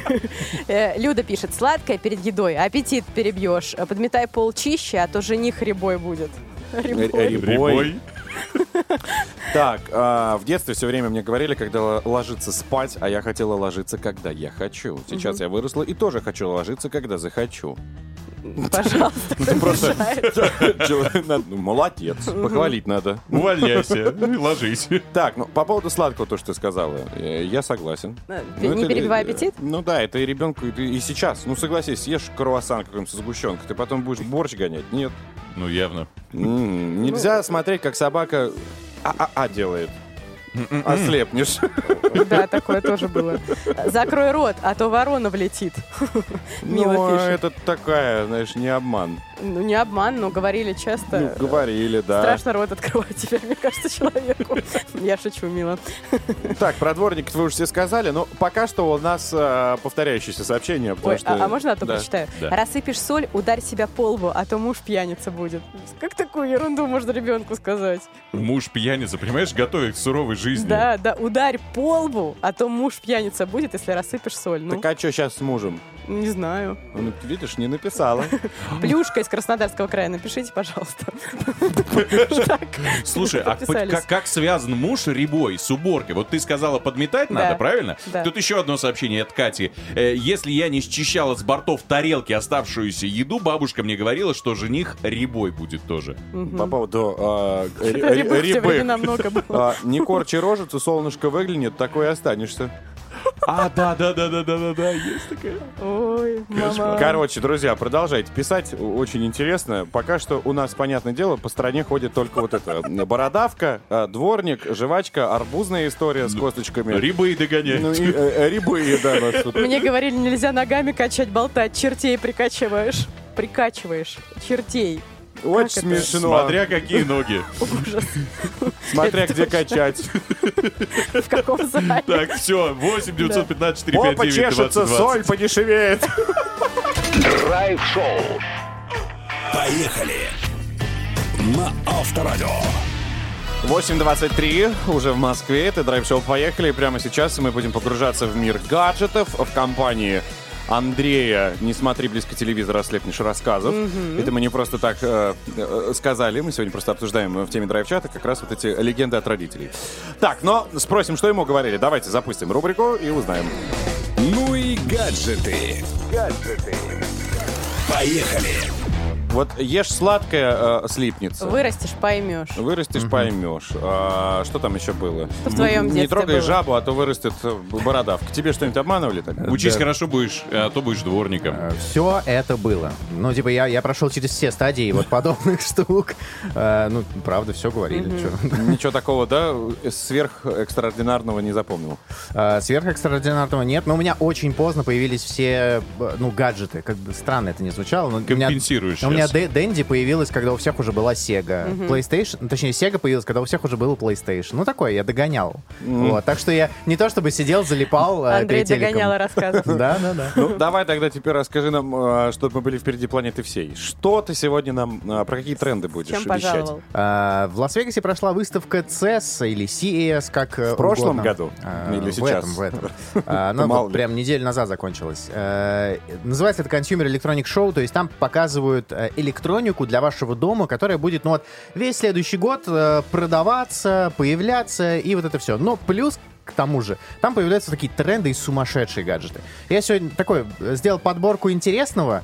Э, Люда пишет, сладкое перед едой, аппетит перебьешь. Подметай пол чище, а то жених рябой будет. Рябой. Э, э, Рябой. Так, а, в детстве все время мне говорили, когда л- ложиться спать, а я хотела ложиться, когда я хочу. Сейчас я выросла и тоже хочу ложиться, когда захочу. Пожалуйста, кто Просто мешает? человек надо- ну, молодец, похвалить надо. Увольняйся, ложись. Так, ну по поводу сладкого, то, что ты сказала, э, я согласен. Э, Ну, Не это, перебивай э, аппетит? Ну да, это и ребенку, и, ты- и сейчас. Ну согласись, съешь круассан какой-нибудь со сгущенкой, ты потом будешь борщ гонять. Нет. Ну, явно. М, Нельзя смотреть, как собака а-а-а делает. Ослепнешь. Да, такое тоже было. Закрой рот, а то ворона влетит. Мило Ну, пишет. это такая, знаешь, не обман. Ну, не обман, но говорили часто. Ну, говорили, да. Страшно рот открывать теперь, мне кажется, человеку. Я шучу, Мила. Так, про дворника вы уже все сказали, но пока что у нас а, повторяющиеся сообщения, потому Ой, что... а, а можно я то Да. прочитаю? Да. Рассыпешь соль, ударь себя по лбу, а то муж пьяница будет. Как такую ерунду можно ребенку сказать? Муж пьяница, понимаешь, готовит к суровой жизни. Да, да, ударь по лбу, а то муж пьяница будет, если рассыпешь соль. Ну, Так а что сейчас с мужем? Не знаю. Ну, видишь, не написала. Плюшка из Краснодарского края. Напишите, пожалуйста. Слушай, а Подписались. как, как связан муж рябой с уборкой? Вот ты сказала, подметать Да. надо, правильно? Да. Тут еще одно сообщение от Кати. Э, если я не счищала с бортов тарелки оставшуюся еду, бабушка мне говорила, что жених рябой будет тоже. По поводу а, ри- Что-то рябых в те рябы. времена много было. А, не корчи рожицу, солнышко выглянет, такой и останешься. А, да, да, да, да, да, да, да, есть такая. Ой, мама. Короче, друзья, продолжайте писать. Очень интересно. Пока что у нас, понятное дело, по стране ходит только вот это. Бородавка, а, дворник, жвачка, арбузная история с косточками. Рябы догоняют. Ну и э, э, рябы, да, нас тут. Мне говорили, нельзя ногами качать, болтать. Чертей прикачиваешь. Прикачиваешь. Чертей. Очень Как это? смешно. Смотря какие ноги. Ужас. Смотря где качать. В каком зале? Так, все, восемь девятьсот пятнадцать четыре пять Попа девять чешется, двадцать соль двадцать. подешевеет. Драйв-шоу. Поехали. На Авторадио. восемь двадцать три уже в Москве. Это драйв-шоу «Поехали». И прямо сейчас мы будем погружаться в мир гаджетов в компании Андрея. Не смотри близко телевизор, ослепнешь рассказов. Mm-hmm. Это мы не просто так э, э, сказали. Мы сегодня просто обсуждаем в теме драйв-чата как раз вот эти легенды от родителей. Так, но спросим, что ему говорили. Давайте запустим рубрику и узнаем. Ну и гаджеты. Гаджеты. Поехали. Вот ешь сладкое, э, слипнется. Вырастешь, поймешь. Вырастешь, поймешь. А, что там еще было? Что в твоем Не детстве трогай было? жабу, а то вырастет э, бородавка. Тебе что-нибудь обманывали так? Учись хорошо будешь, а то будешь дворником. Все это было. Ну, типа, я, я прошел через все стадии вот подобных штук. Э, Ну, правда, все говорили. чё. Ничего такого, да, сверхэкстраординарного не запомнил. Э, Сверхэкстраординарного нет, но у меня очень поздно появились все, э, ну, гаджеты. Как бы странно это не звучало. Но у меня- Компенсируешь У меня сейчас. Дэ- Дэнди появилась, когда у всех уже была Sega. PlayStation, ну, точнее, Sega появилась, когда у всех уже был PlayStation. Ну, такое, я догонял. Вот, так что я не то чтобы сидел, залипал э, Андрей перед телеком. догоняла рассказов. Да, да, да. Ну, давай тогда теперь расскажи нам, э, чтобы мы были впереди планеты всей. Что ты сегодня нам, э, про какие тренды будешь Чем вещать? пожаловал? А, В Лас-Вегасе прошла выставка си и эс или си и эс, как В прошлом угодно. году? А, Или в сейчас? этом, в этом. А, Ну, Мало вот ли. прям неделю назад закончилась. А, Называется это Consumer Electronic Show, то есть там показывают э, электронику для вашего дома, которая будет, ну вот, весь следующий год э, продаваться, появляться и вот это все. Но плюс к тому же, там появляются такие тренды и сумасшедшие гаджеты. Я сегодня такой э, сделал подборку интересного,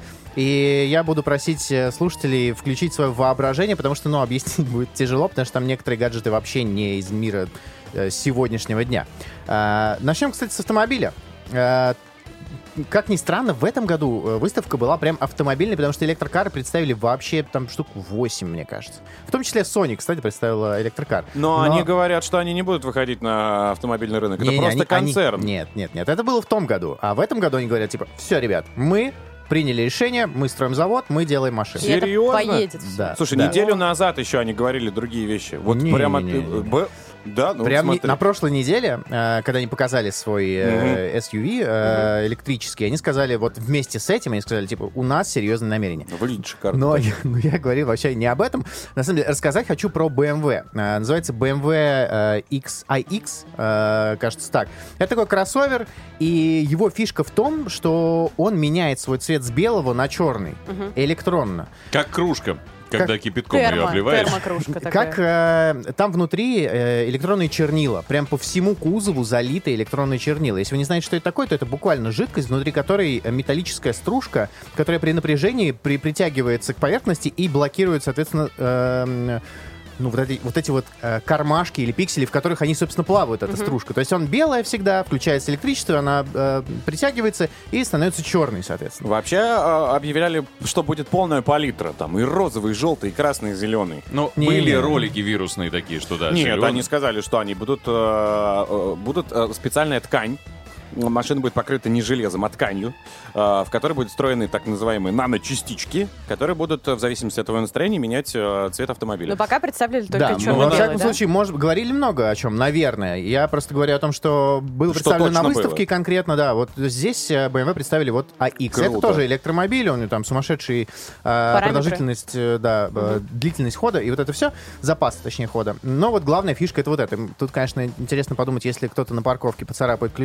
и я буду просить э, слушателей включить свое воображение, потому что, ну, объяснить будет тяжело, потому что там некоторые гаджеты вообще не из мира э, сегодняшнего дня. А, начнем, кстати, с автомобиля. А, Как ни странно, в этом году э, выставка была прям автомобильной, потому что электрокары представили вообще там штук восемь, мне кажется. В том числе Sony, кстати, представила электрокар. Но, они говорят, что они не будут выходить на автомобильный рынок. Это Не-не, просто они- они- концерн. Нет, нет, нет. Это было в том году. А в этом году они говорят, типа, все, ребят, мы приняли решение, мы строим завод, мы делаем машины. И это Серьезно? поедет всё. Да. Слушай, да. неделю назад еще они говорили другие вещи. Вот Не, прямо... не, не, не. Б- Да, ну Прям не- смотри. на прошлой неделе, э, когда они показали свой э, эс ю ви э, электрический, они сказали, вот вместе с этим, они сказали, типа, у нас серьезные намерения. Выглядит шикарно. Но я, ну, я говорю вообще не об этом. На самом деле, рассказать хочу про бэ эм вэ. Э, называется бэ эм вэ э, икс ай икс, э, кажется так. Это такой кроссовер, и его фишка в том, что он меняет свой цвет с белого на черный, электронно. Как кружка, когда Как- кипятком ее Термо, обливаешь. термокружка такая. Как э, там внутри э, электронные чернила. Прям по всему кузову залиты электронные чернила. Если вы не знаете, что это такое, то это буквально жидкость, внутри которой металлическая стружка, которая при напряжении при, притягивается к поверхности и блокирует, соответственно, э, ну, вот эти вот, эти вот э, кармашки или пиксели, в которых они, собственно, плавают, эта стружка. То есть он белая всегда, включается электричество, она э, притягивается и становится черной, соответственно. Вообще э, объявляли, что будет полная палитра. Там и розовый, и желтый, и красный, и зеленый. Ну, Не, были не. ролики вирусные такие, что да, Нет, зелёный. они сказали, что они будут, э, э, будут э, специальная ткань. Машина будет покрыта не железом, а тканью, э, в которой будут встроены так называемые наночастички, которые будут э, в зависимости от твоего настроения менять э, цвет автомобиля. Но пока представляли только Да, ну, во черно-белый, всяком да? случае, может, говорили много о чем, наверное. Я просто говорю о том, что было Что представлено на точно выставке было. конкретно, да. Вот здесь э, бэ эм вэ представили вот эй икс. Это Круто. тоже электромобиль, он там сумасшедший э, Параметры. продолжительность, э, да, э, длительность хода, и вот это все, запас, точнее, хода. Но вот главная фишка — это вот это. Тут, конечно, интересно подумать, если кто-то на парковке поцарапает ключом вашу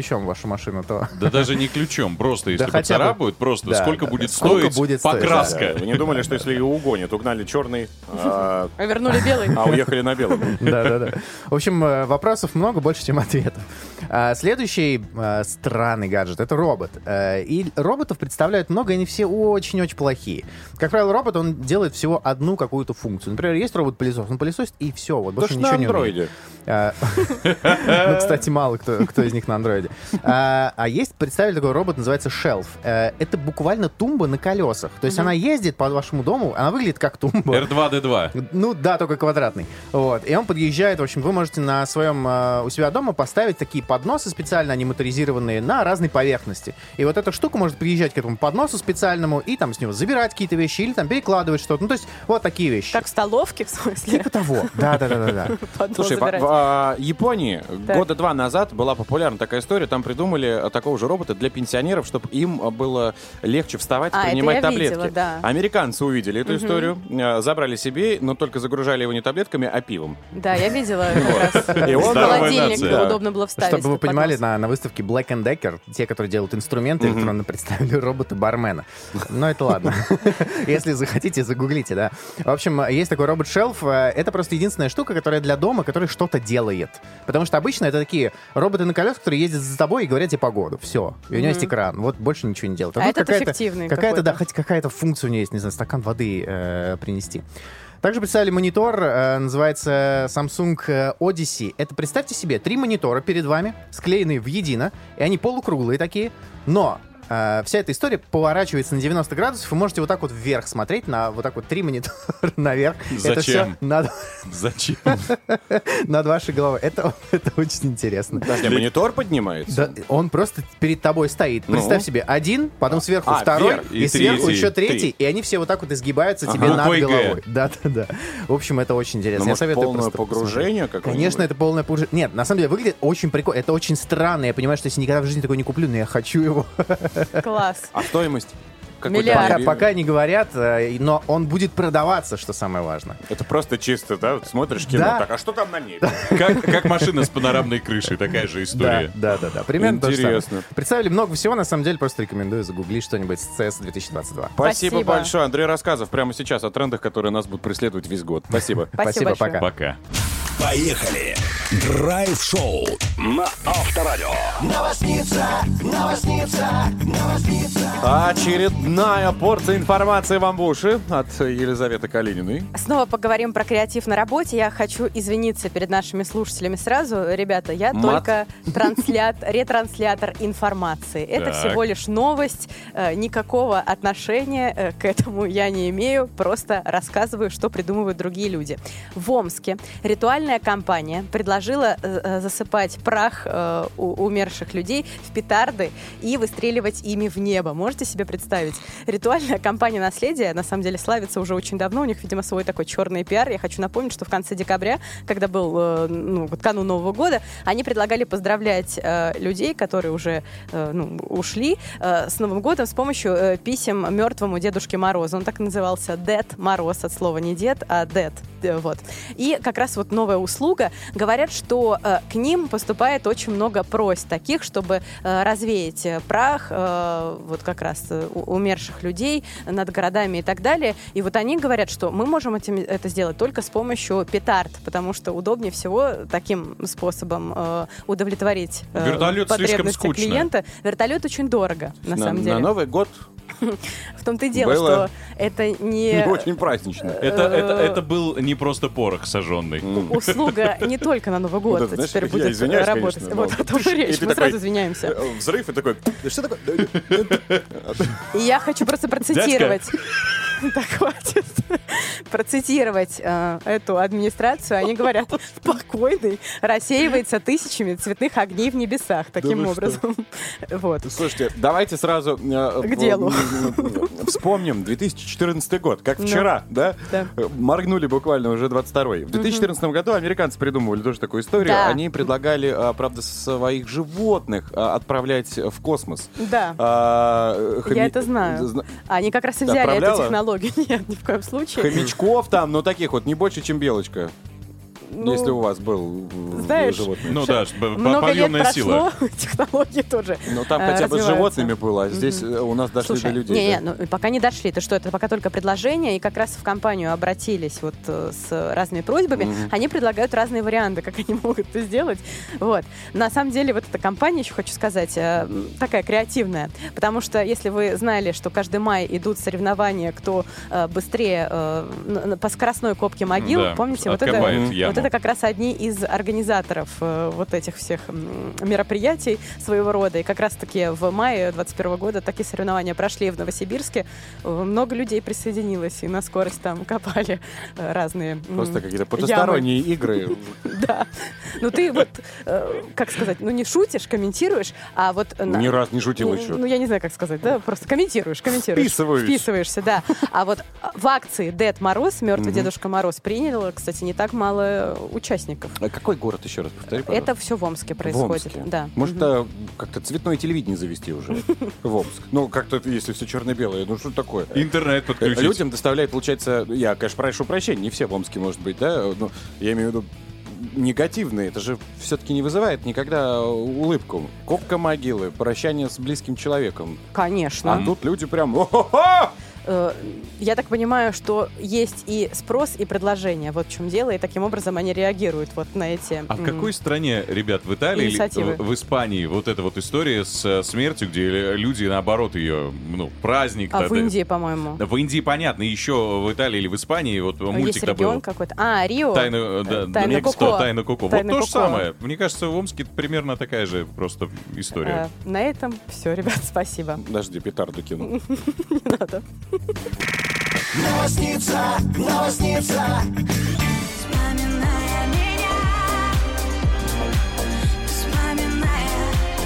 машину, то... Да даже не ключом, просто если Да хотя бы- поцарапают, просто Да, сколько да, будет да. Сколько стоить будет стоить, покраска. Да, вы не думали, что если ее угонят, угнали черный, а, А вернули белый. а уехали на белом? Да-да-да. В общем, э, вопросов много, больше, чем ответов. А, Следующий э, странный гаджет — это робот. Э, И роботов представляют много, и они все очень-очень плохие. Как правило, робот, он делает всего одну какую-то функцию. Например, есть робот-пылесос, он пылесосит, и все, вот больше Потому что ничего на не умеет. андроиде. А, Ну, кстати, мало кто, кто из них на андроиде. А, а есть, представили такой робот, называется Shelf. Э, Это буквально тумба на колесах. То есть она ездит по вашему дому, она выглядит как тумба. эр два дэ два. Ну да, только квадратный. Вот. И он подъезжает, в общем, вы можете на своем, э, у себя дома поставить такие подносы специально, они моторизированные, на разной поверхности. И вот эта штука может приезжать к этому подносу специальному и там с него забирать какие-то вещи или там перекладывать что-то. Ну, то есть вот такие вещи. Как в столовке, в смысле? Типа того. Да-да-да-да. Поднос Слушай, в, забирать. в, а, Японии Так. года два назад была популярна такая история. Там придумали а, такого же робота для пенсионеров, чтобы им а, было легче вставать и А, это принимать я таблетки. видела, да. Американцы увидели эту историю, а, забрали себе, но только загружали его не таблетками, а пивом. Да, я видела как раз. И В он- холодильник нация. удобно было вставить. Чтобы вы этот понимали, поднос. на, на выставке Black and Decker, те, которые делают инструменты, электронно представили робота-бармена. Но это ладно. Если захотите, загуглите, да. В общем, есть такой робот-шелф. Это просто единственная штука, которая для дома, которая что-то делает. Потому что обычно это такие роботы на колесах, которые ездят за тобой и говорят тебе погоду. Все. И у него есть экран. Вот больше ничего не делает. А тут этот какая-то- эффективный Какая-то, да, какой-то. хоть какая-то функция у него есть, не знаю, стакан воды э, принести. Также представили монитор, э, называется Samsung э, Odyssey. Это, представьте себе, три монитора перед вами, склеенные в едино, и они полукруглые такие, но э, вся эта история поворачивается на девяносто градусов, вы можете вот так вот вверх смотреть, на вот так вот три монитора наверх. Это все Зачем? над, Зачем? над вашей головой. Это, это очень интересно. Подожди, монитор поднимается? Да, он просто перед тобой стоит. Ну? Представь себе, один, потом сверху А, второй, вверх. и, И сверху третий. еще третий, Три. и они все вот так вот изгибаются тебе Ага. над Буквой Г. головой. Да-да-да. В общем, это очень интересно. Ну, Я может, советую полное просто погружение посмотреть. какое-нибудь? Конечно, это полное погружение. Нет, на самом деле выглядит очень прикольно. Это очень странно. Я понимаю, что если никогда в жизни такой не куплю, но я хочу его. Класс. А стоимость? Какой Миллиард. там? Пока, пока не говорят, э, но он будет продаваться, что самое важное. Это просто чисто, да? Вот смотришь кино, Да. так, а что там на ней? Как, как машина с панорамной крышей, такая же история. Да, да, да. Примерно то же самое. Интересно. Представили много всего, на самом деле, просто рекомендую загуглить что-нибудь с си эс две тысячи двадцать два. Спасибо, Спасибо. большое. Андрей Рассказов прямо сейчас о трендах, которые нас будут преследовать весь год. Спасибо. Спасибо большое. пока. Пока. Поехали! Драйв-шоу на Авторадио. Очередная порция информации вам в уши от Елизаветы Калининой. Снова поговорим про креатив на работе. Я хочу извиниться перед нашими слушателями сразу. Ребята, я Мат. только транслят, ретранслятор информации. Это Так. всего лишь новость. Э, Никакого отношения э, к этому я не имею. Просто рассказываю, что придумывают другие люди. В Омске ритуальная компания предложила э, э, засыпать прах э, у- умерших людей в петарды и выстреливать ими в небо. Можете себе представить? Ритуальная компания «Наследие» на самом деле славится уже очень давно. У них, видимо, свой такой черный пиар. Я хочу напомнить, что в конце декабря, когда был э, ну, вот канун Нового года, они предлагали поздравлять э, людей, которые уже э, ну, ушли, э, с Новым годом с помощью э, писем мертвому Дедушке Морозу. Он так и назывался Дед Мороз, от слова не дед, а дед. Э, Вот. И как раз вот новая услуга. Говорят, что э, к ним поступает очень много просьб таких, чтобы э, развеять э, прах э, вот как раз э, у- умерших людей над городами и так далее. И вот они говорят, что мы можем этим, это сделать только с помощью петард, потому что удобнее всего таким способом э, удовлетворить э, Вертолет слишком потребности скучно. клиента. Вертолет очень дорого, на, на, самом деле. на Новый год В том-то и дело, было что это не... не очень празднично. Это, это, это был не просто порох сожженный. Услуга не только на Новый год Вот это, знаешь, теперь я будет извиняюсь, работать. конечно, вот но- о том и И речь. ты Мы такой, сразу извиняемся. э, Взрыв и такой, да что такое? И я хочу просто процитировать. Так, хватит. Процитировать э, эту администрацию. Они говорят, покойный рассеивается тысячами цветных огней в небесах. Таким вы образом. Вот. Слушайте, давайте сразу э, К делу. в- вспомним две тысячи четырнадцатый год, как Ну. вчера, да? Да. Э, Моргнули буквально уже двадцать второй. В две тысячи четырнадцатом году американцы придумывали тоже такую историю. Да. Они предлагали, а, правда, своих животных а, отправлять в космос. Да. А, э, Я хоми- это знаю. зна- Они как раз и взяли эту Отправляла? технологию. Нет, ни в коем случае. Хомячков там, ну таких вот, не больше, чем белочка. Ну, если у вас был знаешь, животное. Ну да, много лет подъемная прошло, сила. технологии тоже Ну там э, хотя бы с развиваются. животными было, а здесь Мгм. э, у нас дошли Слушай, до людей. не, да. не, ну пока не дошли. Это что, это пока только предложение, и как раз в компанию обратились вот э, с разными просьбами. Мгм. Они предлагают разные варианты, как они могут это сделать. Вот. На самом деле вот эта компания, еще хочу сказать, э, такая креативная, потому что если вы знали, что каждый май идут соревнования, кто э, быстрее э, н- н- по скоростной копке могил, Да, помните, вот это, откопает яму. вот это как раз одни из организаторов э, вот этих всех м, мероприятий своего рода. И как раз-таки в мае двадцать первого года такие соревнования прошли в Новосибирске. Э, Много людей присоединилось, и на скорость там копали э, разные м, Просто какие-то ямы. потусторонние игры. Да. Ну ты вот, э, как сказать, ну не шутишь, комментируешь, а вот... на- Ни раз не шутил ну, еще. Ну я не знаю, как сказать, да, просто комментируешь, комментируешь. Вписываюсь. Вписываешься, да. А вот в акции Дед Мороз, Мертвый Мгм. Дедушка Мороз, приняло, кстати, не так мало участников. А какой город еще раз повтори, пожалуйста? Это все в Омске В происходит. Омске. Да. Может, Мгм. а, как-то цветное телевидение завести уже в Омск? Ну, как-то, это, если все черно-белое, ну что такое? Интернет подключить. Людям доставляет, получается, я, конечно, прошу прощения, не все в Омске, может быть, да, но я имею в виду негативные, это же все-таки не вызывает никогда улыбку. Копка могилы, прощание с близким человеком. Конечно. А тут люди прям... «О-хо-хо!» Э, Я так понимаю, что есть и спрос, и предложение. Вот в чем дело. И таким образом они реагируют вот на эти... А в м, какой стране, ребят, в Италии или Инициативы. в в Испании вот эта вот история с э, смертью, где люди, наоборот, ее, ну, праздник. А да, в да. Индии, по-моему. В Индии, понятно, еще в Италии или в Испании вот Есть мультик-то регион был. какой-то. А, Рио. Тайна, э, да, Э, Тайна да, Коко. Тайна Коко. Тайна Вот то же Коко. самое. Мне кажется, в Омске примерно такая же просто история. Э, На этом все, ребят, спасибо. Подожди, петарду кинул. Не надо. Новосница, новосница. Вспоминая меня, вспоминая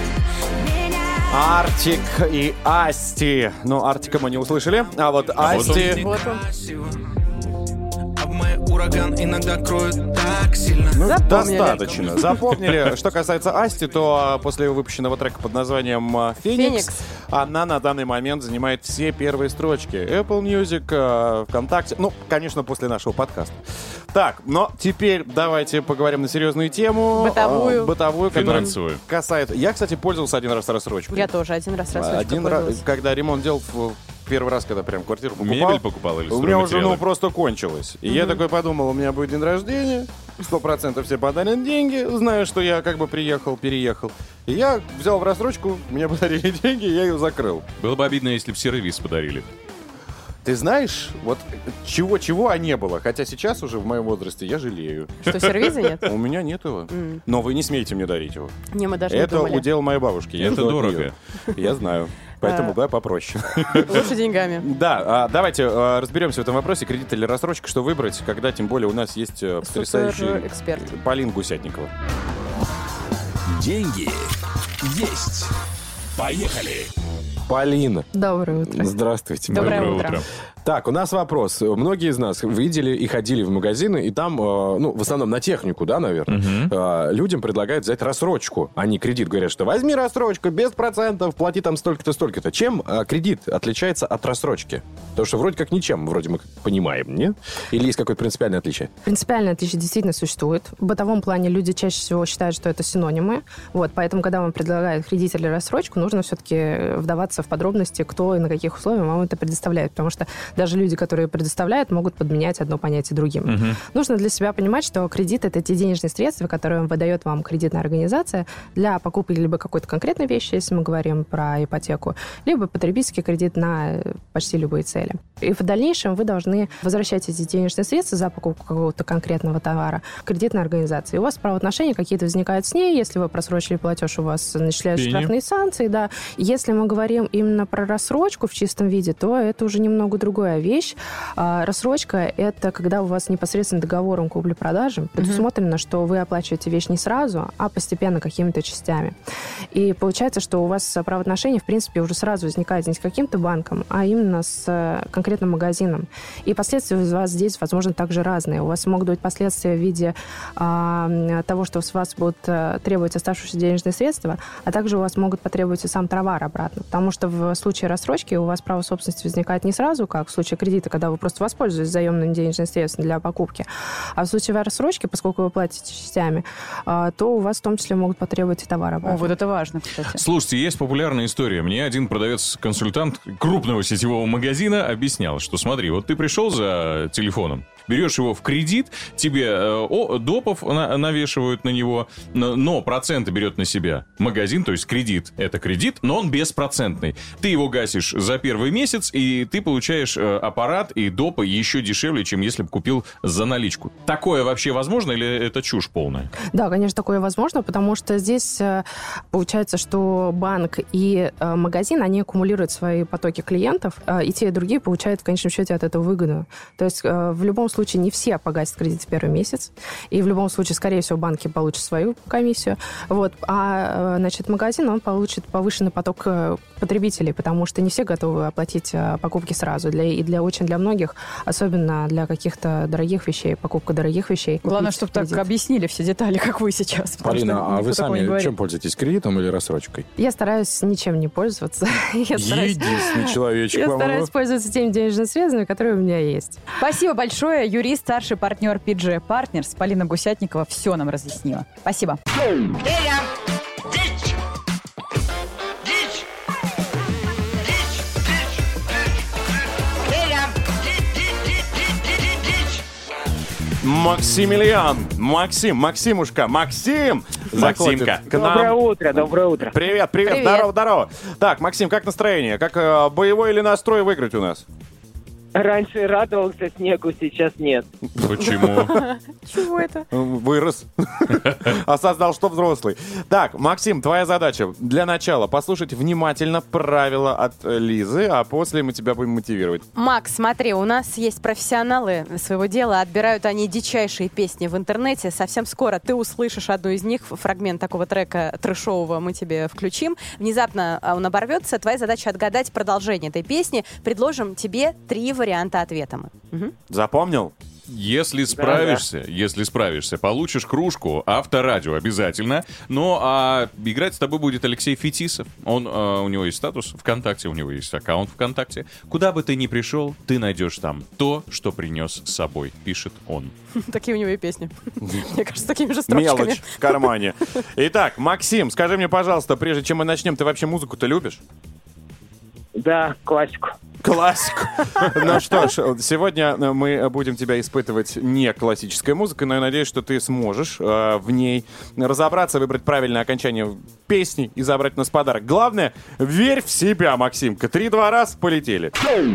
меня. Артик и Асти. Ну, Артика мы не услышали, а вот Асти... Вот он. А в мой ураган иногда кроет так сильно. Ну, Запомнили. достаточно. Запомнили. Что касается Асти, то а, после выпущенного трека под названием а, «Феникс», «Феникс». она на данный момент занимает все первые строчки. Apple Music, а, ВКонтакте. Ну, конечно, после нашего подкаста. Так, но теперь давайте поговорим на серьезную тему. Бытовую. А, бытовую, которая Финансовую. касается... Я, кстати, пользовался один раз рассрочкой. Я тоже один раз рассрочку Один раз, пользовалась. когда ремонт делал в первый раз, когда прям квартиру покупал. Мебель покупал или У меня уже, стройматериалы? ну, просто кончилось. И я такой подумал, у меня будет день рождения, сто процентов все подарят деньги, знаю, что я как бы приехал, переехал. И я взял в рассрочку, мне подарили деньги, я ее закрыл. Было бы обидно, если бы сервис подарили. Ты знаешь, вот чего-чего, а не было. Хотя сейчас уже в моем возрасте я жалею. Что, сервиза нет? У меня нет его. М. Но вы не смеете мне дарить его. Не, мы даже не Это думали. удел моей бабушки. Я Это жду от дорого. нее. Я знаю. Поэтому, А. да, попроще. Лучше деньгами. Да, а, давайте а, разберемся в этом вопросе. Кредит или рассрочка, что выбрать, когда тем более у нас есть а, потрясающий Супер-эксперт. Полин Гусятникова. Деньги есть. Поехали. Полина, Доброе утро. здравствуйте. Доброе Полина. утро. Так, у нас вопрос. Многие из нас видели и ходили в магазины, и там, э, ну, в основном на технику, да, наверное, э, людям предлагают взять рассрочку, а не кредит. Говорят, что возьми рассрочку, без процентов, плати там столько-то, столько-то. Чем э, кредит отличается от рассрочки? Потому что вроде как ничем, вроде мы понимаем, нет? Или есть какое-то принципиальное отличие? Принципиальное отличие действительно существует. В бытовом плане люди чаще всего считают, что это синонимы. Вот, поэтому, когда вам предлагают кредит или рассрочку, нужно все-таки вдаваться в подробности, кто и на каких условиях вам это предоставляет. Потому что даже люди, которые предоставляют, могут подменять одно понятие другим. Мгм. Нужно для себя понимать, что кредит — это те денежные средства, которые выдает вам кредитная организация для покупки либо какой-то конкретной вещи, если мы говорим про ипотеку, либо потребительский кредит на почти любые цели. И в дальнейшем вы должны возвращать эти денежные средства за покупку какого-то конкретного товара кредитной организации. У вас правоотношения какие-то возникают с ней, если вы просрочили платеж, у вас начисляют Пени. штрафные санкции, да. Если мы говорим именно про рассрочку в чистом виде, то это уже немного другая вещь. А, рассрочка — это когда у вас непосредственно договором купли-продажи предусмотрено, что вы оплачиваете вещь не сразу, а постепенно какими-то частями. И получается, что у вас правоотношения, в принципе, уже сразу возникают не с каким-то банком, а именно с конкретным магазином. И последствия у вас здесь, возможно, также разные. У вас могут быть последствия в виде а, того, что с вас будут а, требовать оставшиеся денежные средства, а также у вас могут потребовать и сам товар обратно. Потому что в случае рассрочки у вас право собственности возникает не сразу, как в случае кредита, когда вы просто воспользуетесь заемными денежными средствами для покупки. А в случае рассрочки, поскольку вы платите частями, то у вас в том числе могут потребовать и товар обратно. О, вот это важно, кстати. Слушайте, есть популярная история. Мне один продавец-консультант крупного сетевого магазина объяснял, что смотри, вот ты пришел за телефоном, берешь его в кредит, тебе э, о, допов на, навешивают на него, но, но проценты берет на себя магазин, то есть кредит. Это кредит, но он беспроцентный. Ты его гасишь за первый месяц, и ты получаешь э, аппарат и допы еще дешевле, чем если бы купил за наличку. Такое вообще возможно или это чушь полная? Да, конечно, такое возможно, потому что здесь э, получается, что банк и э, магазин, они аккумулируют свои потоки клиентов, э, и те, и другие получают в конечном счете от этого выгоду. То есть э, в любом случае не все погасят кредит в первый месяц, и в любом случае, скорее всего, банки получат свою комиссию. Вот. А, значит, магазин, он получит повышенный поток потребителей, потому что не все готовы оплатить покупки сразу. Для, и для очень для многих, особенно для каких-то дорогих вещей, покупка дорогих вещей. Главное, чтобы так объяснили все детали, как вы сейчас. Полина, а вы сами чем пользуетесь, кредитом или рассрочкой? Я стараюсь ничем не пользоваться. Единственный человечек, Я стараюсь пользоваться теми денежными средствами, которые у меня есть. Спасибо большое. Юрист, старший партнер пи джи Partners Полина Гусятникова все нам разъяснила. Спасибо. Максимилиан, Максим, Максимушка, Максим! Максимка. К нам. Доброе утро, доброе утро. Привет, привет, Привет. здорово, здорово. Так, Максим, как настроение? Как э, боевой или настрой выиграть у нас? Раньше радовался снегу, сейчас нет. Почему? Чего это? Вырос. Осознал, что взрослый. Так, Максим, твоя задача для начала послушать внимательно правила от Лизы, а после мы тебя будем мотивировать. Макс, смотри, у нас есть профессионалы своего дела, отбирают они дичайшие песни в интернете. Совсем скоро ты услышишь одну из них, фрагмент такого трека трэшового мы тебе включим. Внезапно он оборвется, твоя задача отгадать продолжение этой песни. Предложим тебе три варианта ответа. Угу. Запомнил? Если справишься, да, да. если справишься, получишь кружку Авторадио обязательно. Ну, а играть с тобой будет Алексей Фетисов. Он, э, у него есть статус ВКонтакте, у него есть аккаунт ВКонтакте. Куда бы ты ни пришел, ты найдешь там то, что принес с собой, пишет он. Такие у него и песни. Мне кажется, такими же строчками. Мелочь в кармане. Итак, Максим, скажи мне, пожалуйста, прежде чем мы начнем, ты вообще музыку-то любишь? Да, классику. Классику. Ну что ж, сегодня мы будем тебя испытывать не классической музыкой, но я надеюсь, что ты сможешь э, в ней разобраться, выбрать правильное окончание песни и забрать у нас подарок. Главное, верь в себя, Максимка. Три-два раз, полетели.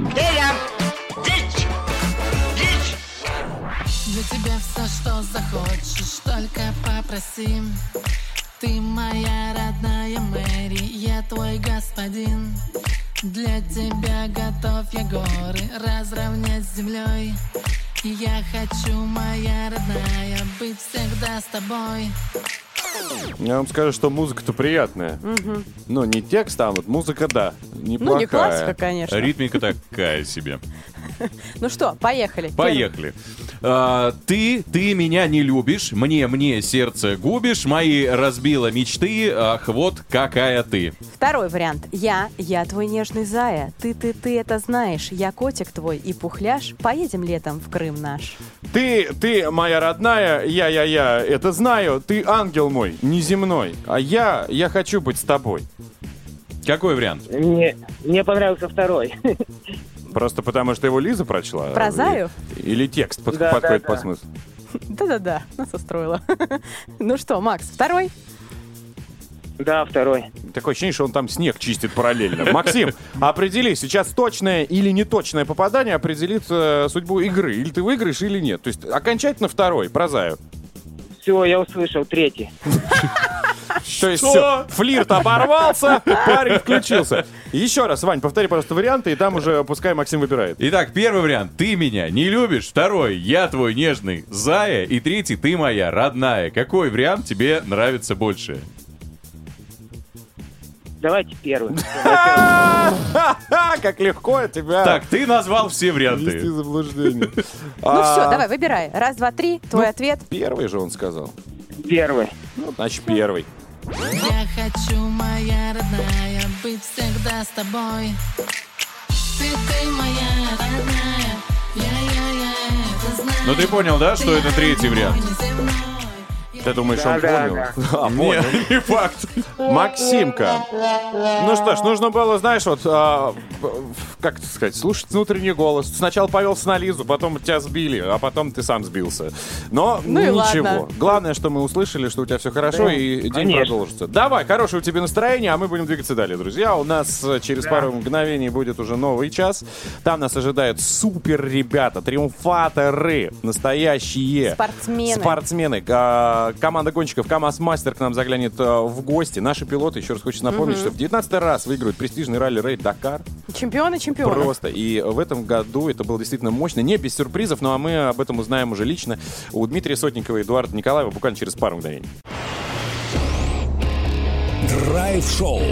Для тебя все, что захочешь, только попроси. Ты моя родная Мэри, я твой господин. Для тебя готов я горы разровнять с землей. Я хочу, моя родная, быть всегда с тобой. Я вам скажу, что музыка-то приятная. Угу. Ну, не текст, а вот музыка, да, неплохая. Ну, не классика, конечно. Ритмика такая себе. Ну что, поехали. Поехали. А, ты, ты меня не любишь, мне, мне сердце губишь, мои разбила мечты, ах, вот какая ты. Второй вариант. Я, я твой нежный зая. Ты, ты, ты это знаешь. Я котик твой и пухляш. Поедем летом в Крым наш. Ты, ты моя родная, я, я, я это знаю. Ты ангел мой, неземной. А я, я хочу быть с тобой. Какой вариант? Мне, мне понравился второй. Просто потому, что его Лиза прочла? Про Заю? Или, или текст под, да, подходит да, по да. смыслу? Да-да-да, нас устроило. Ну что, Макс, второй? Да, второй. Такое ощущение, что он там снег чистит параллельно. Максим, определи, сейчас точное или неточное попадание определит э, судьбу игры. Или ты выиграешь, или нет. То есть окончательно второй, про Заю. Все, я услышал, третий. То есть все, флирт оборвался, парень включился. Еще раз, Вань, повтори, пожалуйста, варианты, и там уже пускай Максим выбирает. Итак, первый вариант. Ты меня не любишь. Второй. Я твой нежный зая. И третий. Ты моя родная. Какой вариант тебе нравится больше? Давайте первый. Как легко от тебя. Так, ты назвал все варианты. Ввести заблуждение. Ну все, давай, выбирай. Раз, два, три, твой ответ. Первый же он сказал. Первый. Ну, значит, первый. Я хочу, моя родная, быть всегда с тобой. Ты, ты моя родная, я-я-я это знаю. Ну ты понял, да, что это третий вариант? Ты думаешь, Да, он да, понял? да. А, понял. Нет, не факт. Максимка. Ну что ж, нужно было, знаешь, вот, а, как это сказать, слушать внутренний голос. Сначала повелся на Лизу, потом тебя сбили, а потом ты сам сбился. Но Ну и ничего. ладно. Главное, что мы услышали, что у тебя все хорошо, Да. и день Конечно. продолжится. Давай, хорошего тебе настроения, а мы будем двигаться далее, друзья. У нас э, через Да. пару мгновений будет уже новый час. Там нас ожидают супер ребята, триумфаторы, настоящие Спортсмены. спортсмены. А, команда гонщиков КамАЗ-мастер к нам заглянет а, в гости. Наши пилоты, еще раз хочу напомнить, Мгм. что в девятнадцатый раз выигрывают престижный ралли-рейд Дакар. Чемпионы, чемпионы. Просто. И в этом году это было действительно мощно. Не без сюрпризов, ну а мы об этом узнаем уже лично у Дмитрия Сотникова и Эдуарда Николаева буквально через пару мгновений. Драйв-шоу.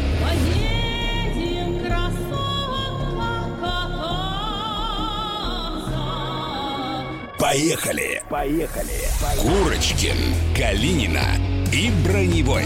Поехали! Поехали! Курочкин, Калинина и Броневой.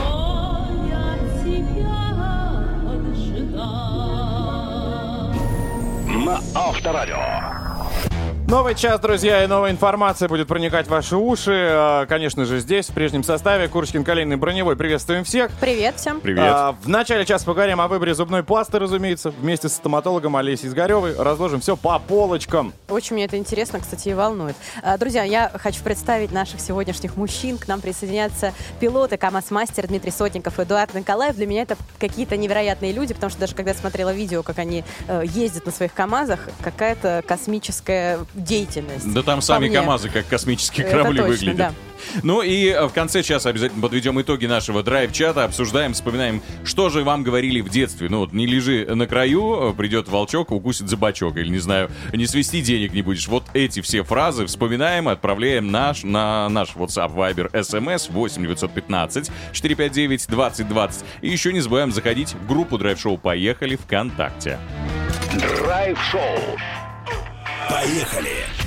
На Авторадио. Новый час, друзья, и новая информация будет проникать в ваши уши. А, Конечно же, здесь, в прежнем составе. Курочкин, Калинин и Броневой. Приветствуем всех. Привет всем. А, в начале часа поговорим о выборе зубной пасты, разумеется. Вместе с стоматологом Олесей Изгаревой разложим все по полочкам. Очень мне это интересно, кстати, и волнует. А, Друзья, я хочу представить наших сегодняшних мужчин. К нам присоединятся пилоты КамАЗ-мастер Дмитрий Сотников и Эдуард Николаев. Для меня это какие-то невероятные люди, потому что даже когда смотрела видео, как они э, ездят на своих КамАЗах, какая-то космическая деятельность. Да там сами По мне. КамАЗы как космические Это корабли точно, выглядят. да. Ну и э, в конце часа обязательно подведем итоги нашего драйв-чата, обсуждаем, вспоминаем, что же вам говорили в детстве. Ну вот, не лежи на краю, э, придет волчок, укусит за бочок, или, не знаю, не свести денег не будешь. Вот эти все фразы вспоминаем и отправляем наш, на наш WhatsApp, Viber, эс эм эс восемь девятьсот пятнадцать четыреста пятьдесят девять двадцать двадцать. И еще не забываем заходить в группу Драйв-шоу «Поехали» ВКонтакте. Драйв-шоу. Поехали!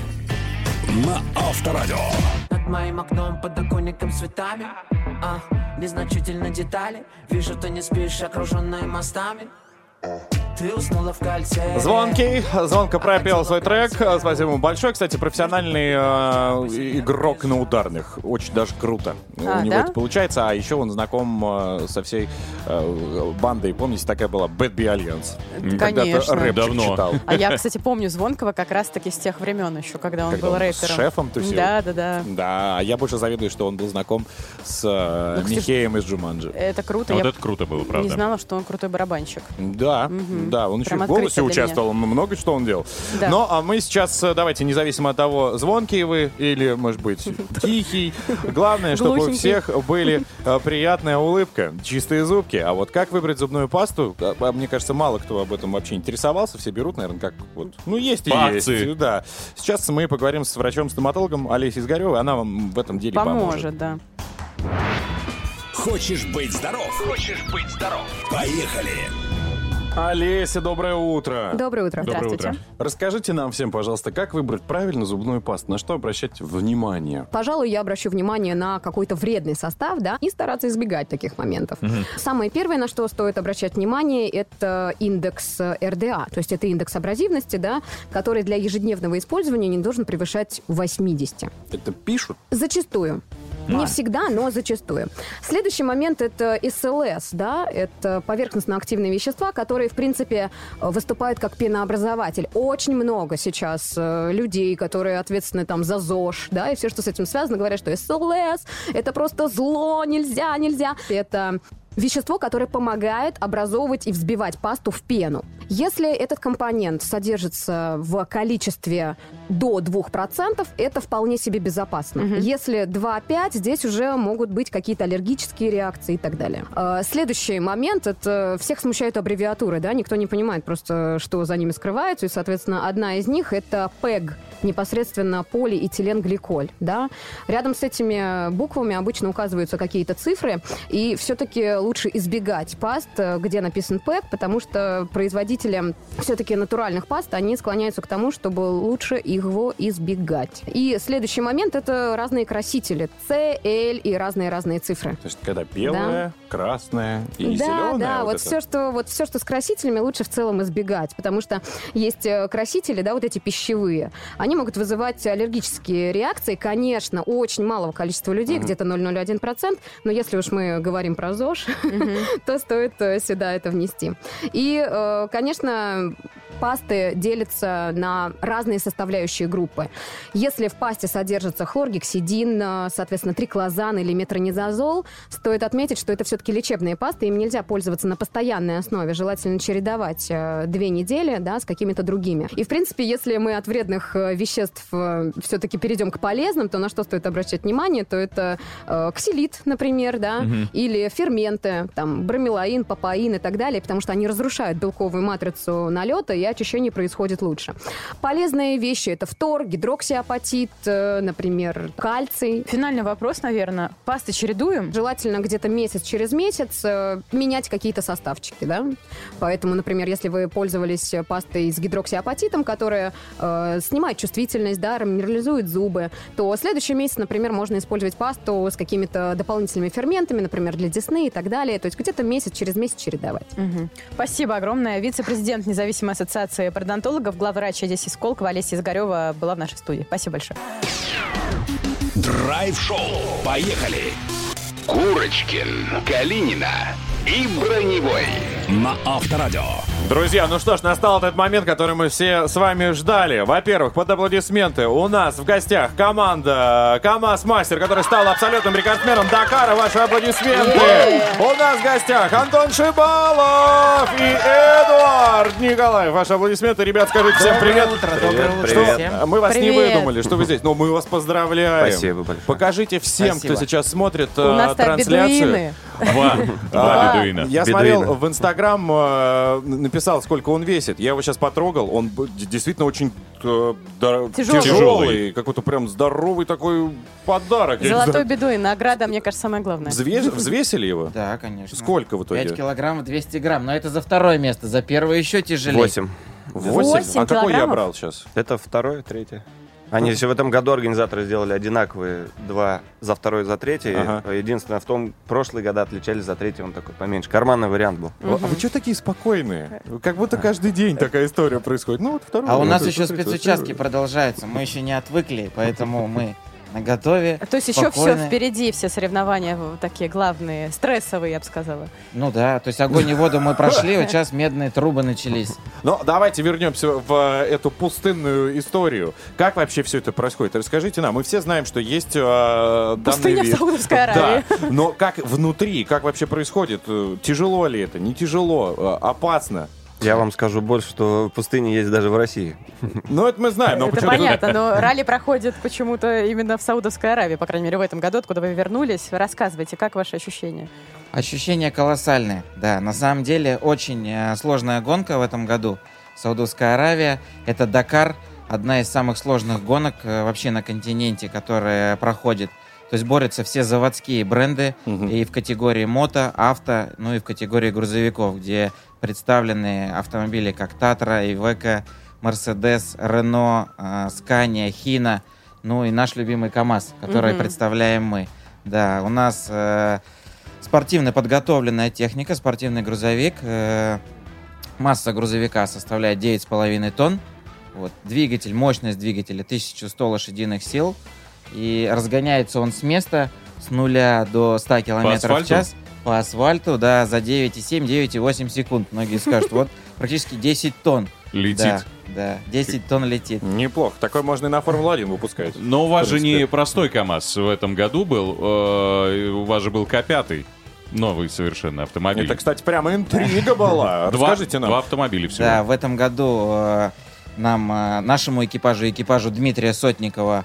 На Авторадио. Над моим окном подоконником с цветами, а, незначительно детали. Вижу, ты не спишь, окруженная мостами. Ты уснула в кольце. Звонкий, звонко пропел свой трек. Спасибо ему большое. Кстати, профессиональный э, игрок на ударных. Очень даже круто. А, У него да? это получается. А еще он знаком э, со всей э, бандой. Помните, такая была Bad Bee Alliance? Когда-то Конечно. рэпчик Давно. читал. А я, кстати, помню Звонкого как раз-таки с тех времен еще, когда он Когда был он рэпером. с шефом тусил? Да, да, да. Да, а я больше завидую, что он был знаком с э, Ух ты ж. Михеем из Джуманджи. Это круто. Вот я это круто было, не правда. знала, что он крутой барабанщик. Да, Мгм. да, он еще Прям и в голосе открытие для участвовал, много что он делал. Да. Но а мы сейчас, э, давайте, независимо от того, звонкие вы или, может быть, тихий, главное, чтобы у Глухенький. всех были э, приятная улыбка, чистые зубки. А вот как выбрать зубную пасту, а, а, мне кажется, мало кто об этом вообще интересовался. Все берут, наверное, как вот, ну, есть и По акции. есть. Да. Сейчас мы поговорим с врачом-стоматологом Олесей Изгаревой. Она вам в этом деле поможет. Поможет, да. Хочешь быть здоров? Хочешь быть здоров? Поехали! Олеся, доброе утро. Доброе утро. Доброе Здравствуйте. утро. Расскажите нам всем, пожалуйста, как выбрать правильно зубную пасту? На что обращать внимание? Пожалуй, я обращу внимание на какой-то вредный состав, да, и стараться избегать таких моментов. Самое первое, на что стоит обращать внимание, это индекс эр дэ а, то есть это индекс абразивности, да, который для ежедневного использования не должен превышать восемьдесят. Это пишут? Зачастую. Не всегда, но зачастую. Следующий момент — это эс эл эс, да, это поверхностно-активные вещества, которые, в принципе, выступают как пенообразователь. Очень много сейчас э, людей, которые ответственны там за ЗОЖ, да, и все, что с этим связано, говорят, что эс эл эс — это просто зло, нельзя, нельзя. Это вещество, которое помогает образовывать и взбивать пасту в пену. Если этот компонент содержится в количестве до двух процентов, это вполне себе безопасно. Мгм. Если два целых пять десятых, здесь уже могут быть какие-то аллергические реакции и так далее. Э, Следующий момент — это всех смущают аббревиатуры, да, никто не понимает просто, что за ними скрывается, и, соответственно, одна из них — это пэг, непосредственно полиэтиленгликоль, да. Рядом с этими буквами обычно указываются какие-то цифры, и все-таки лучше избегать паст, где написан пэк, потому что производители все-таки натуральных паст, они склоняются к тому, чтобы лучше его избегать. И следующий момент — это разные красители. С, Л и разные-разные цифры. То есть, когда белое, да. красное и да, зеленое. Да, вот вот, это. все, что, вот все, что с красителями, лучше в целом избегать, потому что есть красители, да, вот эти пищевые, они могут вызывать аллергические реакции, конечно, у очень малого количества людей, mm-hmm. где-то ноль целых ноль один процента, но если уж мы говорим про ЗОЖ, mm-hmm. то стоит сюда это внести. И, конечно, пасты делятся на разные составляющие группы. Если в пасте содержится хлоргексидин, соответственно, триклозан или метронидазол, стоит отметить, что это все-таки лечебные пасты, им нельзя пользоваться на постоянной основе. Желательно чередовать две недели, да, с какими-то другими. И, в принципе, если мы от вредных веществ все-таки перейдем к полезным, то на что стоит обращать внимание, то это э, ксилит, например, да, угу. или ферменты, там, бромелаин, папаин и так далее, потому что они разрушают белковую матрицу налета, и очищение происходит лучше. Полезные вещи — это фтор, гидроксиапатит, э, например, кальций. Финальный вопрос, наверное. Пасты чередуем? Желательно где-то месяц через месяц э, менять какие-то составчики, да. Поэтому, например, если вы пользовались пастой с гидроксиапатитом, которая э, снимает чувствительность, да, минерализует зубы, то в следующий месяц, например, можно использовать пасту с какими-то дополнительными ферментами, например, для десны и так далее. То есть где-то месяц через месяц чередовать. Угу. Спасибо огромное. Вице-президент Независимой ассоциации пародонтологов, главврач Одессы Сколково Олеся Изгарева была в нашей студии. Спасибо большое. Драйв-шоу. Поехали! Курочкин, Калинина и Броневой на Авторадио. Друзья, ну что ж, настал этот момент, который мы все с вами ждали. Во-первых, под аплодисменты у нас в гостях команда КамАЗ-мастер, который стал абсолютным рекордсменом Дакара. Ваши аплодисменты. Yeah. У нас в гостях Антон Шибалов и Эдуард Николаев. Ваши аплодисменты. Ребят, скажите всем привет. Доброе утро, доброе утро. Что, Всем. мы вас Привет. не выдумали, что вы здесь. Но мы вас поздравляем. Спасибо большое. Покажите всем, Спасибо. кто сейчас смотрит у нас трансляцию. Два. Два бедуина. Я Бедуина. смотрел в Инстаграм, э, написал, сколько он весит. Я его сейчас потрогал. Он действительно очень э, дор- тяжелый. тяжелый. Какой-то прям здоровый такой подарок. Золотой бедуин. Награда, мне кажется, самое главное. Взвес- взвесили его? Да, конечно. Сколько в итоге? пять килограммов двести грамм. Но это за второе место. За первое еще тяжелее. Восемь. Восемь? А какой я брал сейчас? Это второе, третье. Они еще в этом году организаторы сделали одинаковые два за второй и за третий. Ага. Единственное, в том прошлые года отличались, за третий он такой поменьше. Карманный вариант был. А вы что такие спокойные? Как будто каждый день такая история происходит. Ну, вот второй. А у нас вот, еще смотрите, спецучастки продолжаются. Мы еще не отвыкли, поэтому мы наготове. То есть еще спокойно. все впереди, все соревнования вот такие главные, стрессовые, я бы сказала. Ну да, то есть огонь и воду мы прошли, вот сейчас медные трубы начались. Ну, давайте вернемся в эту пустынную историю. Как вообще все это происходит? Расскажите нам. Мы все знаем, что есть э, пустыня вид. в Саудовской Аравии. Да, но как внутри, как вообще происходит? Тяжело ли это? Не тяжело? Опасно? Я вам скажу больше, что пустыни есть даже в России. Ну, это мы знаем. Но это почему-то... понятно, но ралли проходит почему-то именно в Саудовской Аравии, по крайней мере, в этом году, откуда вы вернулись. Рассказывайте, как ваши ощущения? Ощущения колоссальные, да. На самом деле, очень э, сложная гонка в этом году. Саудовская Аравия — это Дакар, одна из самых сложных гонок э, вообще на континенте, которая проходит. То есть борются все заводские бренды угу. и в категории мото, авто, ну и в категории грузовиков, где представлены автомобили как Татра, Ивеко, Мерседес, Рено, Скания, Хина, ну и наш любимый КамАЗ, который угу. представляем мы. Да, у нас э, спортивно подготовленная техника, спортивный грузовик. Э, масса грузовика составляет девять с половиной тонн. Вот, двигатель, мощность двигателя тысяча сто лошадиных сил. И разгоняется он с места с нуля до ста километров в час по асфальту, да, за девять и семь - девять и восемь секунд. Многие скажут, вот практически десять тонн. Летит. Да, да, десять тонн летит. Неплохо. Такой можно и на Формулу один выпускать. Но у вас же не простой КамАЗ в этом году был. У вас же был К пять. Новый совершенно автомобиль. Это, кстати, прямо интрига была. Расскажите нам. Два автомобиля всего. Да, в этом году э, нам, э, нашему экипажу, экипажу Дмитрия Сотникова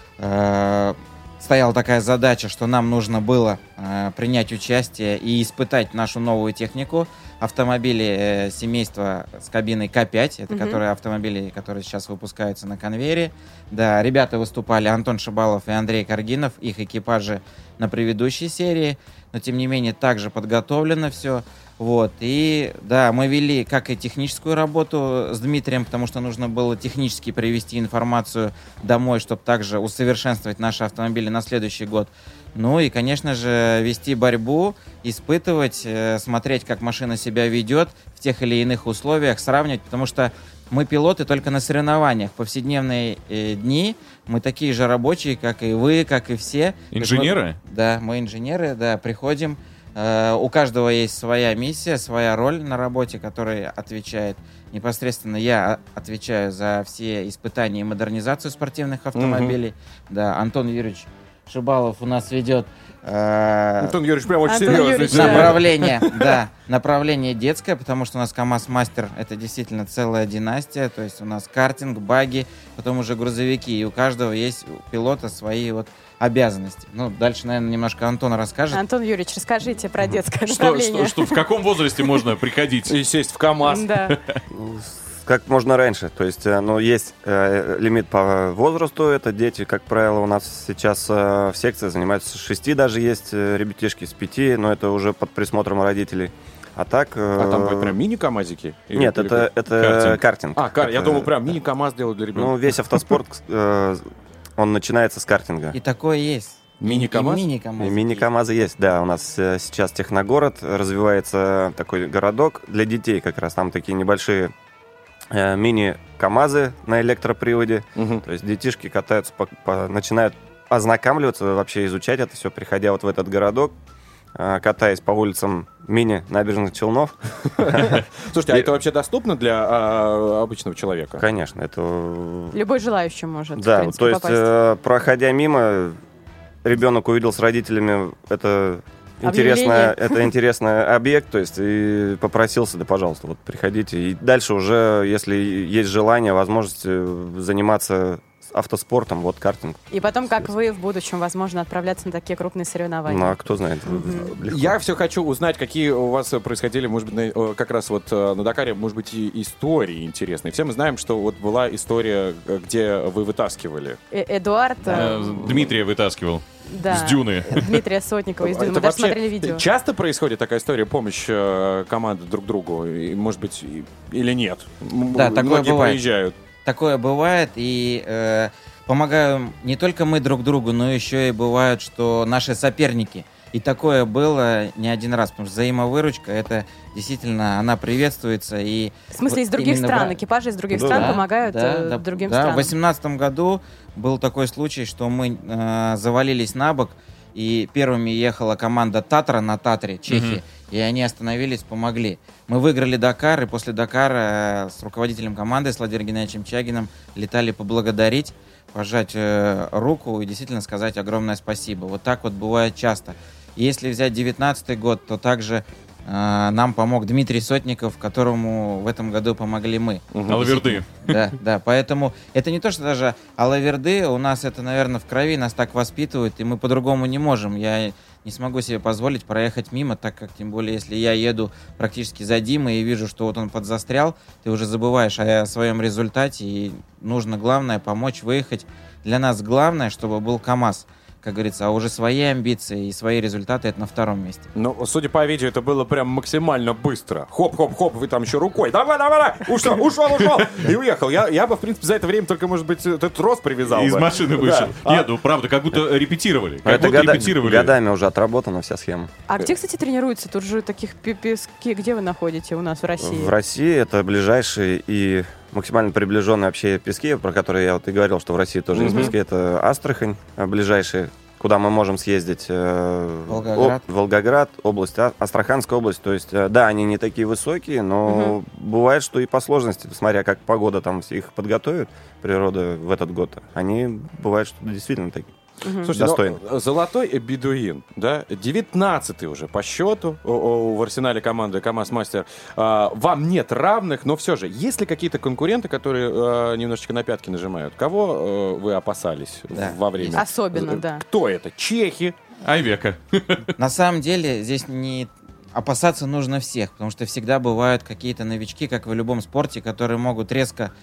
э, стояла такая задача, что нам нужно было э, принять участие и испытать нашу новую технику. Автомобили э, семейства с кабиной К пять, это mm-hmm. которые автомобили, которые сейчас выпускаются на конвейере. Да, ребята выступали, Антон Шибалов и Андрей Каргинов, их экипажи на предыдущей серии. но тем не менее также подготовлено все. Вот, и да, мы вели как и техническую работу с Дмитрием, потому что нужно было технически привести информацию домой, чтобы также усовершенствовать наши автомобили на следующий год. Ну и, конечно же, вести борьбу, испытывать, э, смотреть, как машина себя ведет в тех или иных условиях, сравнивать, потому что мы пилоты только на соревнованиях. Повседневные э, дни мы такие же рабочие, как и вы, как и все. Инженеры? Мы, да, мы инженеры, да, приходим. Uh, у каждого есть своя миссия, своя роль на работе, которая отвечает. Непосредственно я отвечаю за все испытания и модернизацию спортивных автомобилей. Mm-hmm. Да, Антон Юрьевич Шибалов у нас ведет uh, Антон Юрьевич прям очень серьезно. Направление, да, направление детское, потому что у нас КамАЗ-мастер — это действительно целая династия. То есть у нас картинг, баги, потом уже грузовики. И у каждого есть у пилота свои вот обязанности. Ну, дальше, наверное, немножко Антон расскажет. Антон Юрьевич, расскажите про детское что, направление. Что, что, в каком возрасте можно приходить и сесть в КамАЗ? Да. Как можно раньше. То есть, ну, есть э, лимит по возрасту. Это дети, как правило, у нас сейчас э, в секции занимаются с шести, даже есть э, ребятишки с пяти, но это уже под присмотром родителей. А так... Э, а там будет прям мини-камазики? Или, нет, или это, это картинг. картинг. А, кар... это, я думал, прям мини-камаз делают для ребенка. Ну, весь автоспорт, э, он начинается с картинга. И такое есть. Мини-камаз? Мини-камазы, мини-камазы есть. есть, да. У нас э, сейчас Техногород, развивается такой городок для детей как раз. Там такие небольшие э, мини-камазы на электроприводе. Угу. То есть детишки катаются, по, по, начинают ознакомливаться, вообще изучать это все, приходя вот в этот городок, э, катаясь по улицам мини-набережных Челнов. Слушайте, а это вообще доступно для а, обычного человека? Конечно, это... Любой желающий может, да, в принципе, то есть, попасть. Э, проходя мимо, ребенок увидел с родителями это интересное, это интересный объект, то есть и попросился, да, пожалуйста, вот приходите. И дальше уже, если есть желание, возможность заниматься автоспортом, вот картинг. И потом, как вы в будущем, возможно, отправляться на такие крупные соревнования. Ну, а кто знает. Mm-hmm. Я все хочу узнать, какие у вас происходили, может быть, на, как раз вот на Дакаре, может быть, и истории интересные. Все мы знаем, что вот была история, где вы вытаскивали. Э- Эдуард... Э, Дмитрия вытаскивал. Да. С Дюны. Дмитрия Сотникова из Дюны. Мы Это даже смотрели видео. Часто происходит такая история, помощь э, команды друг другу? И, может быть, и, или нет? Да, М- такое Многие бывает. проезжают. Такое бывает, и э, помогаем не только мы друг другу, но еще и бывает, что наши соперники. И такое было не один раз, потому что взаимовыручка, это действительно, она приветствуется. И в смысле, из других стран, в... экипажи из других да, стран помогают да, э, да, другим да, странам. В две тысячи восемнадцатом году был такой случай, что мы э, завалились на бок, и первыми ехала команда Татра на Татре, Чехии, mm-hmm. и они остановились, помогли. Мы выиграли Дакар, и после Дакара э, с руководителем команды, с Владимиром Геннадьевичем Чагиным, летали поблагодарить, пожать э, руку и действительно сказать огромное спасибо. Вот так вот бывает часто. И если взять девятнадцатый год, то также э, нам помог Дмитрий Сотников, которому в этом году помогли мы. Угу. Алаверды. Да, да, поэтому это не то, что даже Алаверды, у нас это, наверное, в крови, нас так воспитывают, и мы по-другому не можем. Я не смогу себе позволить проехать мимо, так как, тем более, если я еду практически за Димой и вижу, что вот он подзастрял, ты уже забываешь о, о своем результате, и нужно, главное, помочь выехать. Для нас главное, чтобы был КамАЗ, как говорится, а уже свои амбиции и свои результаты — это на втором месте. Ну, судя по видео, это было прям максимально быстро. Хоп-хоп-хоп, вы там еще рукой. Давай-давай-давай! Ушел, ушел, ушел! И уехал. Я, я бы, в принципе, за это время только, может быть, этот трос привязал Из бы. машины вышел. Да. Нет, ну, правда, как будто репетировали. Как это будто года, репетировали. годами уже отработана вся схема. А где, кстати, тренируются? Тут же таких пески. Где вы находите у нас в России? В России это ближайшие и максимально приближенные вообще пески, про которые я вот и говорил, что в России тоже mm-hmm. есть пески. Это Астрахань, ближайшие, куда мы можем съездить. Волгоград. О, Волгоград, область, Астраханская область. То есть, да, они не такие высокие, но угу. бывает, что и по сложности, смотря как погода там их подготовит, природа в этот год, они бывают, что действительно такие. Угу. Слушайте, ну, золотой бедуин, да, девятнадцатый уже по счету в арсенале команды КамАЗ-мастер. А, вам нет равных, но все же, есть ли какие-то конкуренты, которые а, немножечко на пятки нажимают? Кого а, вы опасались да. во время? Особенно, да. Кто это? Чехи? Айвека. На самом деле здесь не... опасаться нужно всех, потому что всегда бывают какие-то новички, как в любом спорте, которые могут резко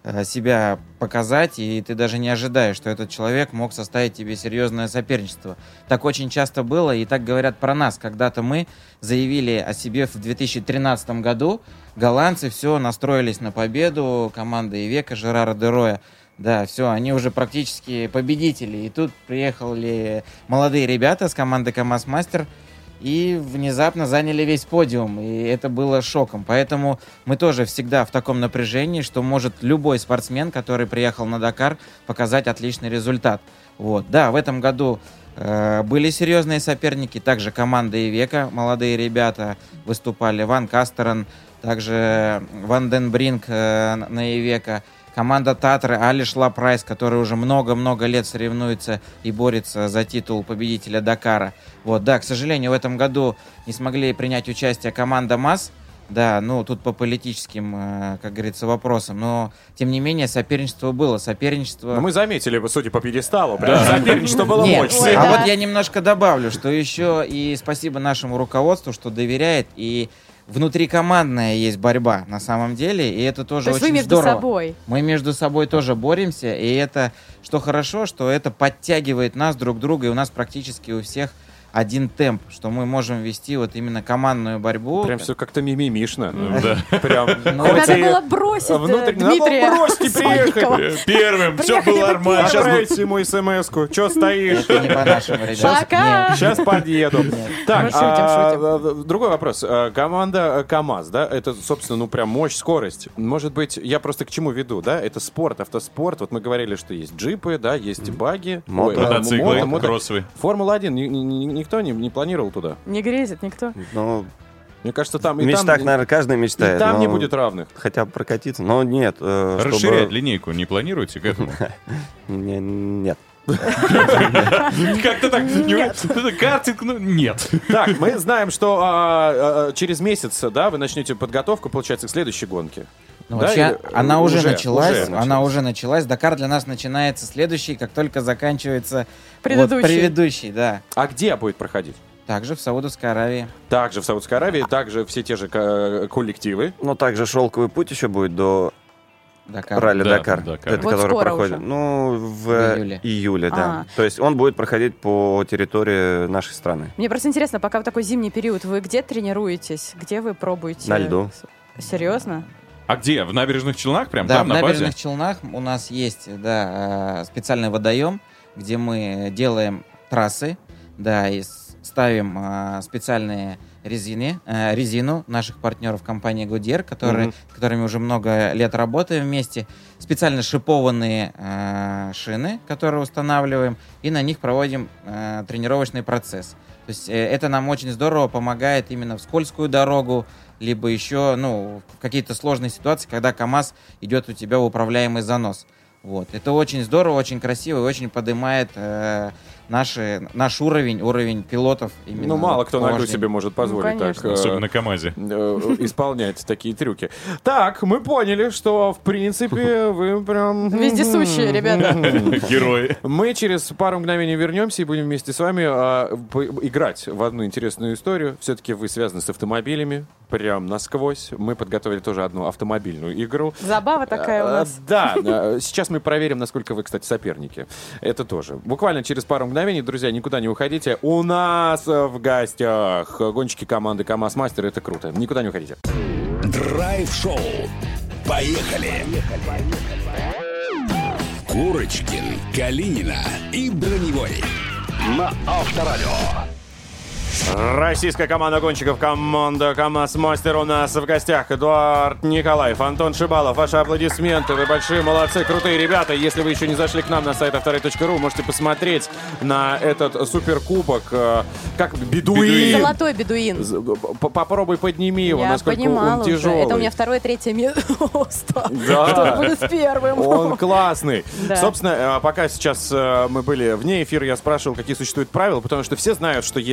э, себя показать, и ты даже не ожидаешь, что этот человек мог составить тебе серьезное соперничество. Так очень часто было, и так говорят про нас. Когда-то мы заявили о себе в две тысячи тринадцатом году, голландцы все настроились на победу, команда Ивека, Жерара Дероя. Да, все, они уже практически победители. И тут приехали молодые ребята с команды КамАЗ-Мастер и внезапно заняли весь подиум. И это было шоком. Поэтому мы тоже всегда в таком напряжении, что может любой спортсмен, который приехал на Дакар, показать отличный результат. Вот. Да, в этом году э, были серьезные соперники. Также команда Ивека, молодые ребята выступали. Ван Кастерен, также Ван Ден Бринк э, на Ивека. Команда Татры, Алиш Лапрайс, который уже много-много лет соревнуется и борется за титул победителя Дакара. Вот, да, к сожалению, в этом году не смогли принять участие команда МАЗ. Да, ну, тут по политическим, э, как говорится, вопросам. Но, тем не менее, соперничество было. Соперничество... Ну, мы заметили, судя по пьедесталу, прям соперничество было Нет, мощное. А вот я немножко добавлю, что еще и спасибо нашему руководству, что доверяет, и внутрикомандная есть борьба на самом деле, и это тоже То есть очень вы между здорово. собой. Мы между собой тоже боремся, и это, что хорошо, что это подтягивает нас друг друга, и у нас практически у всех один темп, что мы можем вести вот именно командную борьбу. Прям все как-то мимимишно. Да. Прям. Надо было бросить Дмитрия. Надо бросить, приехать. Первым, все было нормально. Отправить ему смс-ку. Че стоишь? Это не по-нашему, ребята. Пока. Сейчас подъеду. Так, Мы шутим, а, другой вопрос. А, Команда КамАЗ, да, это, собственно, ну прям мощь, скорость. Может быть, я просто к чему веду, да? Это спорт, автоспорт. Вот мы говорили, что есть джипы, да, есть баги. Мото. Ой, Мотоциклы, мото, мото. кроссовые. Формула-один ни- ни- ни- никто не, не планировал туда? Не грезит никто. Ну, Мне кажется, там в и мечтах, там, наверное, каждый мечтает. и там не но будет равных. Хотя бы прокатиться. Но нет. э, чтобы- Расширять линейку не планируете к этому? Не- Нет. Как-то так. Нет. Картинг, ну, нет. Так, мы знаем, что а, а, через месяц, да, вы начнете подготовку, получается, к следующей гонке. Ну, Да, вообще, или- она уже, уже- началась, уже она началась. уже началась. Дакар для нас начинается следующий, как только заканчивается Предыдущий. Вот, предыдущий, да. А где будет проходить? Также в Саудовской Аравии. Также в Саудовской Аравии, также все те же ко- коллективы. Но также шелковый путь еще будет до Дакар. ралли Да, Дакар, Дакар. это Вот который скоро проходит. уже. Ну, в, В июле. июле, да. А. То есть он будет проходить по территории нашей страны. Мне просто интересно, пока в такой зимний период, вы где тренируетесь? Где вы пробуете? На льду. Серьезно? А где? В набережных Челнах? Прям Да, там, в на базе? набережных Челнах у нас есть, да, э, специальный водоем, где мы делаем трассы, да, и с- ставим э, специальные резины, э, резину наших партнеров компании Goodyear, которые, Мгм. с которыми уже много лет работаем вместе, специально шипованные э, шины, которые устанавливаем, и на них проводим э, тренировочный процесс. То есть э, это нам очень здорово помогает именно в скользкую дорогу, либо еще, ну, в какие-то сложные ситуации, когда КамАЗ идет у тебя в управляемый занос. Вот. Это очень здорово, очень красиво и очень поднимает э, наши, наш уровень, уровень пилотов. Именно Ну, мало вот кто по на льду вождению. себе может позволить Ну, так конечно. э, Особенно на КамАЗе. э, исполнять такие трюки. Так, мы поняли, что, в принципе, вы прям... Вездесущие, ребята. Герои. Мы через пару мгновений вернемся и будем вместе с вами а, по- играть в одну интересную историю. Все-таки вы связаны с автомобилями, прям насквозь. Мы подготовили тоже одну автомобильную игру. Забава такая у А, нас. Да, а, сейчас мы проверим, насколько вы, кстати, соперники. Это тоже. Буквально через пару мгновений, друзья, никуда не уходите. У нас в гостях гонщики команды КамАЗ-Мастер. Это круто. Никуда не уходите. Драйв-шоу. Поехали! Курочкин, Калинина и Броневой. На Авторадио. Российская команда гонщиков, команда КамАЗ-Мастер у нас в гостях. Эдуард Николаев, Антон Шибалов. Ваши аплодисменты. Вы большие молодцы, крутые ребята. Если вы еще не зашли к нам на сайт авторадио точка ру, можете посмотреть на этот суперкубок. э, Как бедуин. Золотой бедуин. З- п- Попробуй подними его, Я насколько понимала он уже. тяжелый. Это у меня второе, третье место. Да. Что будет с первым? Он классный. Да. Собственно, э, пока сейчас э, мы были вне эфира, я спрашивал, какие существуют правила, потому что все знают, что есть такой спорт,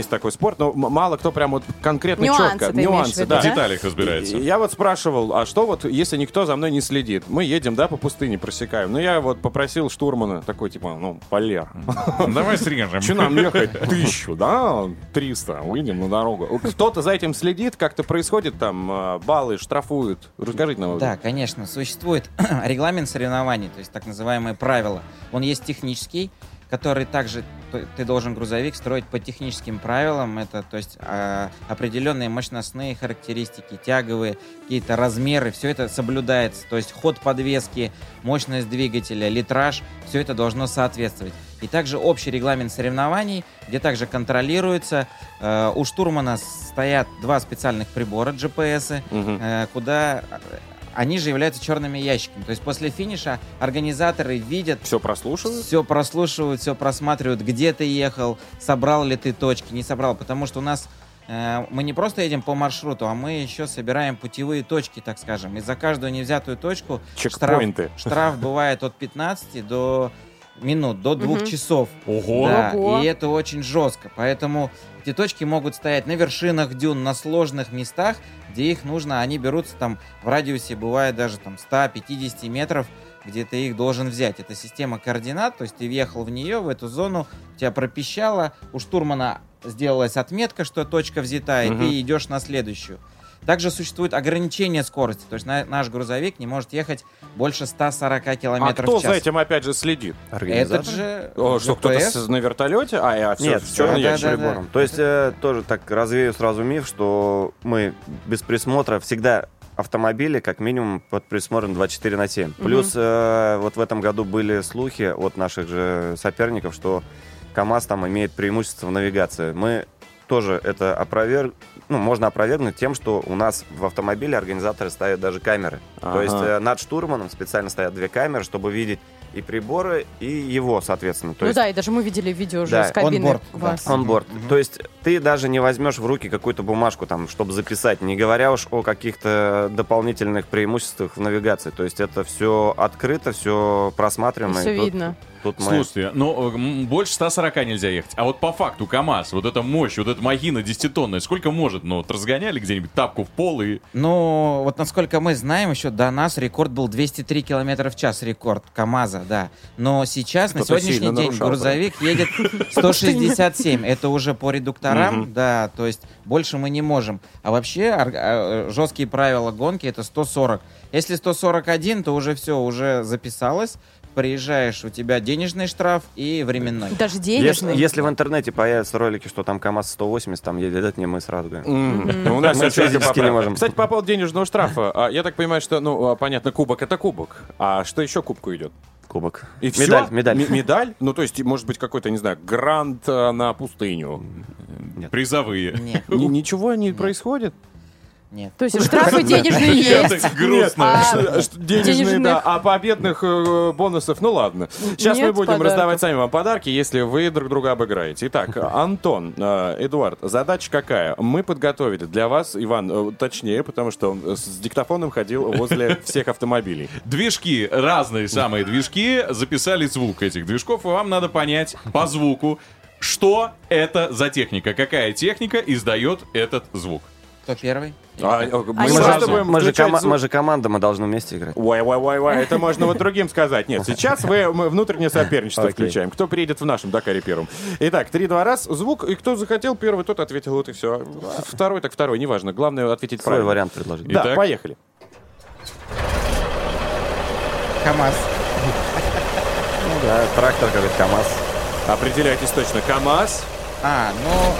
спорт, но м- мало кто прям вот конкретно Нюансы четко. ты имеешь в виду, да. В деталях разбирается. И- Я вот спрашивал, а что вот, если никто за мной не следит? Мы едем, да, по пустыне просекаем. Ну, я вот попросил штурмана, такой, типа, ну, полер. Давай срежем. Че нам ехать? Тысячу, да? Триста. Выйдем на дорогу. Кто-то за этим следит? Как-то происходит там? э, Баллы штрафуют? Расскажите нам. Да, конечно. Существует регламент соревнований, то есть так называемые правила. Он есть технический, который также т- ты должен грузовик строить по техническим правилам. Это, то есть, а, определенные мощностные характеристики, тяговые, какие-то размеры, все это соблюдается. То есть ход подвески, мощность двигателя, литраж, все это должно соответствовать. И также общий регламент соревнований, где также контролируется. Э, у штурмана стоят два специальных прибора джи пи эс, Мгм. э, куда они же являются черными ящиками. То есть после финиша организаторы видят... Все прослушивают? Все прослушивают, все просматривают, где ты ехал, собрал ли ты точки, не собрал. Потому что у нас э, мы не просто едем по маршруту, а мы еще собираем путевые точки, так скажем. И за каждую невзятую точку штраф, Чекпоинты. штраф бывает от пятнадцати до минут, до двух Мгм. часов. Ого. Да, Ого. и это очень жестко. Поэтому эти точки могут стоять на вершинах дюн, на сложных местах, где их нужно, они берутся там в радиусе, бывает даже там сто пятьдесят метров, где ты их должен взять. Это система координат, то есть ты въехал в нее, в эту зону, тебя пропищало, у штурмана сделалась отметка, что точка взята, и Мгм. ты идешь на следующую. Также существует ограничение скорости, то есть на- наш грузовик не может ехать больше ста сорока А километров кто в час. за этим опять же следит? Этот же О, что, кто-то джи пи эс. с- на вертолете? А, я все, Нет, в черный да, ящик. да, прибором. То есть э, тоже так развею сразу миф, что мы без присмотра всегда автомобили как минимум под присмотром двадцать четыре на семь. Мгм. Плюс э, вот в этом году были слухи от наших же соперников, что КАМАЗ там имеет преимущество в навигации. Мы тоже это опроверг... ну, можно опровергнуть тем, что у нас в автомобиле организаторы ставят даже камеры. Ага. То есть э, над штурманом специально стоят две камеры, чтобы видеть и приборы, и его, соответственно. То Ну есть да, и даже мы видели видео уже Да, с кабины онборд, вас. да, онборд. То есть ты даже не возьмешь в руки какую-то бумажку, там, чтобы записать, не говоря уж о каких-то дополнительных преимуществах в навигации. То есть это все открыто, все просматриваемо. Все и тут- видно. тут мы- Слушайте, ну м, больше ста сорока нельзя ехать. А вот по факту КАМАЗ, вот эта мощь, вот эта махина десятитонная, сколько может? Ну, вот разгоняли где-нибудь тапку в пол и... Ну, вот насколько мы знаем, еще до нас рекорд был двести три километра в час, рекорд КАМАЗа, да. Но сейчас, на Кто-то сегодняшний сильно день, нарушал, грузовик едет сто шестьдесят семь. Это уже по редукторам, Мгм. да, то есть больше мы не можем. А вообще ор- а, жесткие правила гонки — это сто сорок. Если сто сорок один, то уже все, уже записалось. Приезжаешь, у тебя денежный штраф и временной. Даже Если, если в интернете появятся ролики, что там КАМАЗ сто восемьдесят там едет, это не мы сразу говорим. М, ну, у нас Мы всё четко физически не поправ- можем. Кстати, по поводу денежного штрафа. а, Я так понимаю, что, ну, а, понятно, кубок — это кубок. А что еще кубку идет? Кубок. И Медаль, всё? медаль. М- медаль? Ну, то есть, может быть, какой-то, не знаю, грант а, на пустыню. Призовые. Нет. Ни- Ничего не происходит? Нет. То есть штрафы денежные есть. Нет, грустно. что- что денежные, денежных- да, а победных э, бонусов, ну ладно. Сейчас мы Нет будем подарков. раздавать сами вам подарки, если вы друг друга обыграете. Итак, Антон, э, Эдуард, задача какая? Мы подготовили для вас, Иван, э, точнее, потому что он с диктофоном ходил возле всех автомобилей. Движки, разные самые движки, записали звук этих движков, и вам надо понять по звуку, что это за техника, какая техника издает этот звук. Кто первый? А, э, Мы, мы же, просто будем мы, же включать кома- звук. мы же команда, мы должны вместе играть. Ой, ой, ой, ой, это можно вот другим сказать. Нет, сейчас вы, мы внутреннее соперничество Окей. включаем. Кто приедет в нашем Дакаре первым? Итак, три-два раз, звук, и кто захотел первый, тот ответил, вот и все. Второй, так второй, неважно. Главное ответить Свой правильно. вариант предложить. Да, Итак. поехали. КАМАЗ. Ну да, трактор какой-то, КАМАЗ. Определяйтесь точно. КамАЗ. А, ну...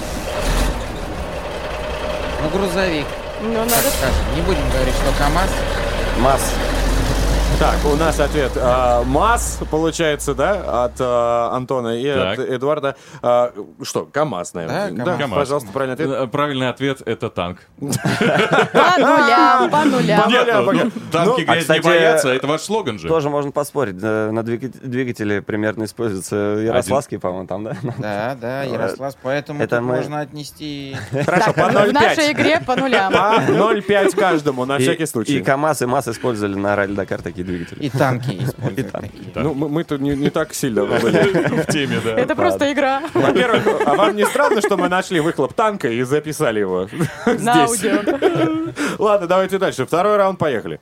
Ну, грузовик. Ну, Так надо... скажем. Не будем говорить, что КАМАЗ. МАЗ. Так, у нас ответ а, МАЗ, получается, да, от а, Антона и Так. от Эдуарда. А, что, КамАЗ, наверное. Да, КамАЗ. КамАЗ. Пожалуйста, правильный ответ. Э, Правильный ответ — это танк. По нулям, по нулям. Нет, ну, пока. ну, танки Ну, а, грязь кстати, не боятся, это ваш слоган же. Тоже можно поспорить. Да, на двигателе, двигателе примерно используется Ярославский, по-моему, там, да? Да, да, Ярослав, поэтому Это тут мы- можно отнести... Хорошо, по В ноль нашей пять. игре по нулям. По ноль пять каждому, на И- всякий случай. И КамАЗ, и МАЗ использовали на ралли Дакар такие. такие двигатели. И танки используют. Ну, мы- мы-то не, не так сильно были. В теме, да. Это просто игра. Во-первых, а вам не странно, что мы нашли выхлоп танка и записали его На здесь? аудио. Ладно, давайте дальше. Второй раунд, поехали.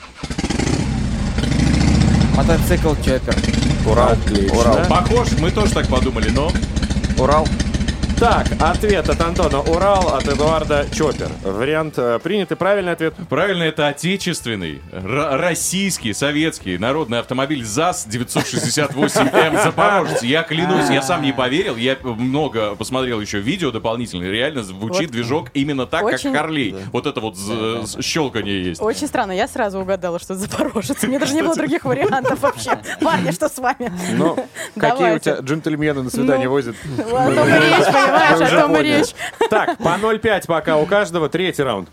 Мотоцикл Чоппер. Урал. Урал. Похож, мы тоже так подумали, но... Урал. Так, ответ от Антона Урал, от Эдуарда Чоппер. Вариант э, принятый. Правильный ответ? Правильно, это отечественный, р- российский, советский народный автомобиль ЗАЗ девятьсот шестьдесят восемь эм Запорожец. Я клянусь, я сам не поверил. Я много посмотрел еще видео дополнительно. Реально звучит Вот. движок именно так, Очень- как Харлей. Вот это вот з- з- щелканье есть. Очень странно, я сразу угадала, что это Запорожец. У меня даже не было других вариантов вообще. Парни, что с вами? Ну, какие у Давайте. тебя джентльмены на свидание Ну, возят? о том и речь, понимаешь, Мы о уже том и поняли. речь. Так, по ноль пять пока у каждого. Третий раунд.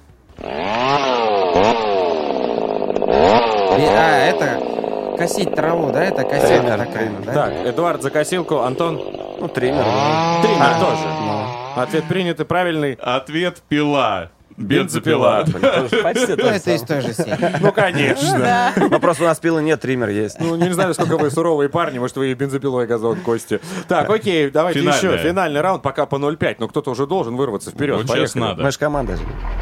И- А, это косить траву, да? Это косилка Тренер, такая, тренер. да? Так, Эдуард за косилку, Антон. Ну, триммер. Триммер А, тоже. Ответ принятый, правильный. Ответ пила. Бензопила. Почти Ну, то же это из самое. той же серии. Ну, конечно. Ну, просто у нас пилы нет, триммер есть. Ну, не знаю, сколько вы суровые парни, может, вы и бензопилой газон кости. Так, окей, давайте Финальная. еще. Финальный раунд, пока по ноль пять, но кто-то уже должен вырваться вперед. Вот сейчас Поехали. надо. Мы же команда.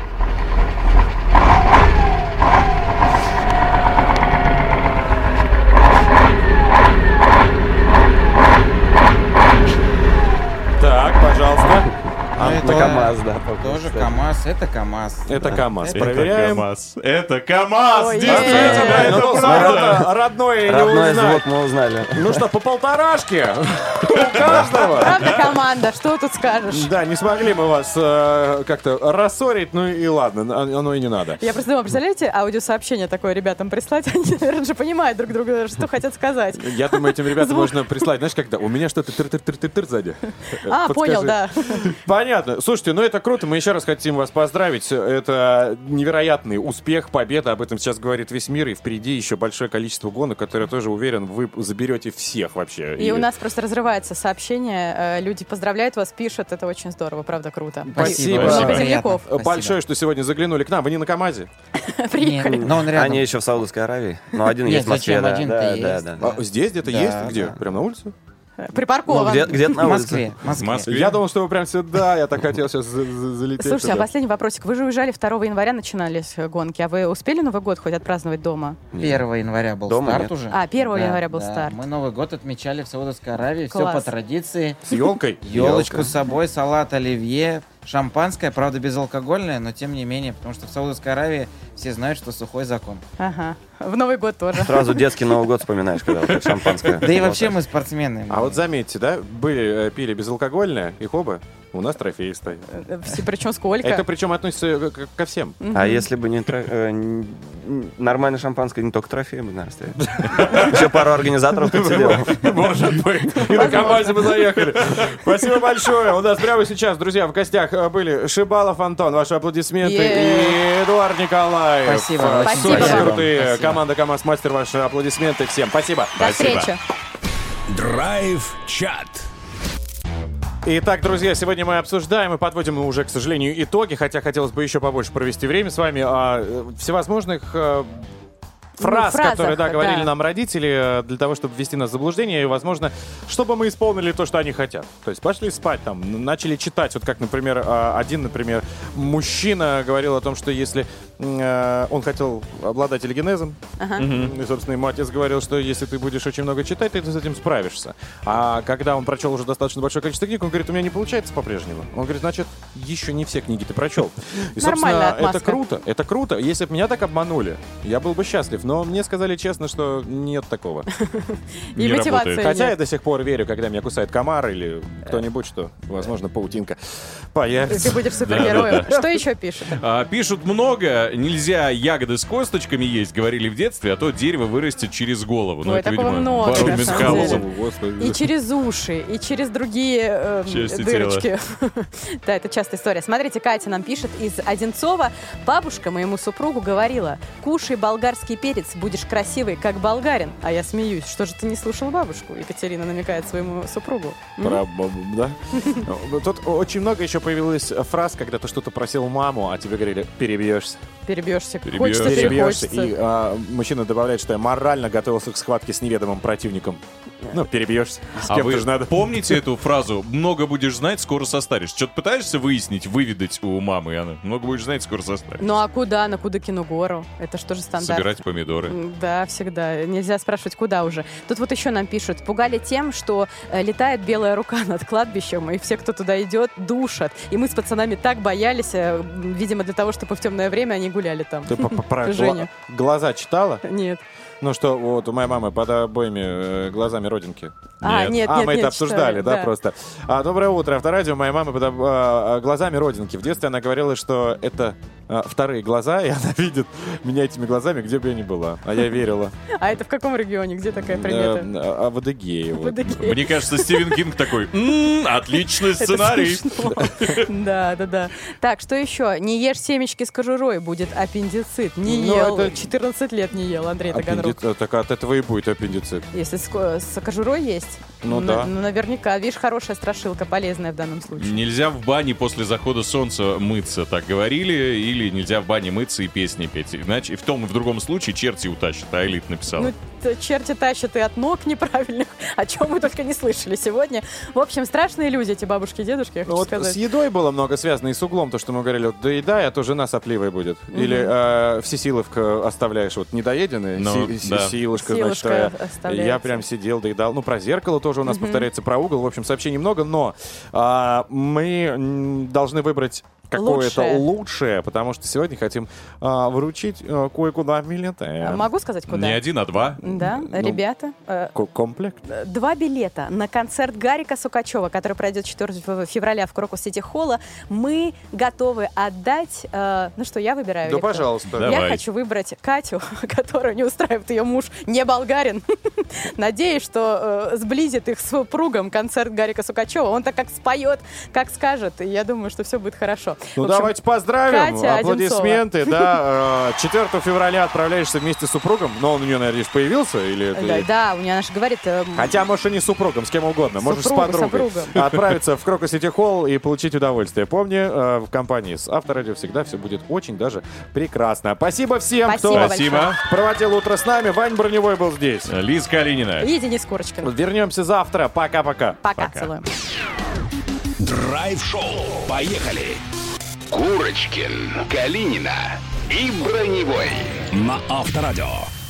Так, пожалуйста. Ну, На это КамАЗ, да. Тоже КамАЗ, это КамАЗ. Это КамАЗ. Это Проверяем. КамАЗ. Это КамАЗ. Ой, Действительно, е-е-е. это Ну, правда. это родное не Родной узнать. звук мы узнали. Ну что, по полторашке у каждого. Правда, команда, что тут скажешь? Да, не смогли мы вас э, как-то рассорить, ну и ладно, о- оно и не надо. Я просто думала, представляете, аудиосообщение такое ребятам прислать, они, наверное, же понимают друг друга, что хотят сказать. Я думаю, этим ребятам Звук. можно прислать, знаешь, когда у меня что-то тыр-тыр-тыр-тыр сзади. А, Подскажи. понял, да. Понятно. Слушайте, ну это круто. Мы еще раз хотим вас поздравить. Это невероятный успех, победа. Об этом сейчас говорит весь мир. И впереди еще большое количество гонок, которые, тоже уверен, вы заберете всех вообще. И у нас просто разрывается сообщение. э, Люди поздравляют вас, пишут. Это очень здорово, правда, круто. Спасибо. И много Спасибо. земляков. Большое, что сегодня заглянули к нам. Вы не на КамАЗе? Приехали. Нет, но он рядом. Они еще в Саудовской Аравии. Но один Нет, есть в Москве, зачем? да. Один-то Да, есть. да, да. А, здесь где-то Да, есть? Где? да. Прям на улице? Припаркован. Ну, где- где-то на В улице. Москве. в Москве. В Москве. Я думал, что вы прям сюда. Я так хотел сейчас за- за- залететь. Слушайте, а туда. последний вопросик. Вы же уезжали второго января, начинались э, гонки. А вы успели Новый год хоть отпраздновать дома? первого января был Дома старт нет. уже. А, первого Да, января был да. старт. Мы Новый год отмечали в Саудовской Аравии. Все Класс. по традиции. С елкой? Елочку Ёлка. с собой, салат оливье, шампанское, правда безалкогольное, но тем не менее, потому что в Саудовской Аравии все знают, что сухой закон. Ага. В Новый год тоже. Сразу детский Новый год вспоминаешь, когда вот это шампанское. Да и вообще мы спортсмены. А вот заметьте, да, были, э, пили безалкогольное, их оба, у нас трофеи стоят. Причем сколько? Это причем относится к- ко всем. А если бы не тро- э, н- н- нормальное шампанское, не только трофеи бы, наверное, стояли. Еще пару организаторов тут сидел. Может быть. И на КамАЗе мы заехали. Спасибо большое. У нас прямо сейчас, друзья, в гостях э, были Шибалов Антон, ваши аплодисменты, и Эдуард Николаев. Спасибо. Э, Спасибо Супер вам. крутые. Спасибо. Команда КамАЗ Мастер, ваши аплодисменты. Всем спасибо. До встречи. Драйв-чат. Итак, друзья, сегодня мы обсуждаем и подводим уже, к сожалению, итоги, хотя хотелось бы еще побольше провести время с вами о э, всевозможных э, фраз, фразах, которые, да, говорили да. нам родители, э, для того, чтобы ввести нас в заблуждение, и, возможно, чтобы мы исполнили то, что они хотят. То есть пошли спать, там, н- начали читать, вот как, например, э, один, например, мужчина говорил о том, что если э, он хотел обладать телекинезом, Ага. и, собственно, ему отец говорил, что если ты будешь очень много читать, то ты с этим справишься. А когда он прочел уже достаточно большое количество книг, он говорит, у меня не получается по-прежнему. Он говорит, значит, еще не все книги ты прочел. И, Нормальная собственно, это отмазка. круто. Это круто. Если бы меня так обманули, я был бы счастлив. Но мне сказали честно, что нет такого. И Не мотивации работает. Хотя я нет. до сих пор верю, когда меня кусает комар или кто-нибудь, что, возможно, паутинка Ты появится. будешь супергероем. Что еще пишут? А, пишут много, нельзя ягоды с косточками есть, говорили в детстве, а то дерево вырастет через голову. Ой, такого много, Барон на самом Мюнхгаузен. деле. Господи. И через уши, и через другие э, Части дырочки. Да, это частая история. Смотрите, Катя нам пишет из Одинцова. Бабушка моему супругу говорила, кушай болгарский перец, будешь красивый, как болгарин. А я смеюсь. Что же ты не слушал бабушку? Екатерина намекает своему супругу. М? Про бабу, да? Тут очень много еще появилось фраз, когда ты что-то просил маму, а тебе говорили, перебьешься. Перебьешься. Перебьешься. Хочется, очень Перебьешься. хочется. И а, мужчина добавляет, что я морально готовился к схватке с неведомым противником. Ну, перебьешься. С А кем-то вы же надо. помните эту фразу «много будешь знать, скоро состаришься»? Что-то пытаешься выяснить, выведать у мамы, и она «много будешь знать, скоро состаришься». Ну а куда? На Кудыкину гору. Это что же стандарт? Собирать помидоры. М, Да, всегда. Нельзя спрашивать, куда уже. Тут вот еще нам пишут. Пугали тем, что э, летает белая рука над кладбищем, и все, кто туда идет, душат. И мы с пацанами так боялись, э, видимо, для того, чтобы в темное время они гуляли там. Ты по- по- про Женя. гла- глаза читала? Нет. Ну что, вот у моей мамы под обоими э, глазами родинки. А, нет, а нет, мы нет, это обсуждали, читали, да, да. просто. А, доброе утро, Авторадио. Моя мама под об- а, глазами родинки. В детстве она говорила, что это а, вторые глаза, и она видит меня этими глазами, где бы я ни была. А я верила. А это в каком регионе? Где такая примета? Э, А в Адыгее. вот. В Адыгее. Мне кажется, Стивен Кинг такой «М, отличный Это сценарий». смешно. Да, да, да. Так, что еще? Не ешь семечки с кожурой, будет аппендицит. Не Ну, ел. это- четырнадцать лет не ел, Андрей Таганрог. Аппендицит, так от этого и будет аппендицит. Если с, ко- с кожурой есть, Ну на- да. ну наверняка. Видишь, хорошая страшилка, полезная в данном случае. Нельзя в бане после захода солнца мыться, так говорили, или нельзя в бане мыться и песни петь. Иначе в том и в другом случае черти утащат, а Элит написала. Ну, т- черти тащат и от ног неправильных, о чем мы только не слышали сегодня. В общем, страшные люди, эти бабушки и дедушки, я хочу Ну, вот сказать. с едой было много связано, и с углом, то, что мы говорили, вот доедай, а то жена сопливая будет. Мгм. Или э, всесиловка оставляешь вот недоеденные, Ну, си- си- да. силушка, Силушка значит, э, оставляется. я прям сидел, доедал. Ну, про зеркало тоже у нас Мгм. повторяется, про угол, в общем, сообщений много, но а, мы м, должны выбрать какое-то Лучшее. лучшее, потому что сегодня хотим а, вручить а, кое-куда билеты. А Могу сказать, куда? Не один, а два. Да, Ну, ребята. э, Ко- Комплект. Два билета на концерт Гарика Сукачева, который пройдет четвёртого февраля в Крокус Сити Холла, мы готовы отдать. э, ну что, я выбираю? Да, или кто? пожалуйста. Я Давай. хочу выбрать Катю, которую не устраивает ее муж, не болгарин. Надеюсь, что э, сблизит их с супругом концерт Гарика Сукачева. Он так как споет, как скажет. И я думаю, что все будет хорошо. Ну, В общем, давайте поздравим. Катя Аплодисменты. Да, э, четвёртого февраля отправляешься вместе с супругом. Но он у нее, надеюсь, появился? Или это- Да, да, у меня наш говорит... э, Хотя, может, и не с супругом, с кем угодно. Может, с Супруга, подругой. супруга. Отправиться в Крокус Сити Холл и получить удовольствие. Помни, э, в компании с Авторадио всегда все будет очень даже прекрасно. Спасибо всем, Спасибо кто Спасибо. проводил утро с нами. Вань Броневой был здесь. Лиз Калинина. И Денис Курочкин. Вернемся завтра. Пока-пока. Пока, целуем. Драйв-шоу. Поехали. Курочкин, Калинина и Броневой на Авторадио.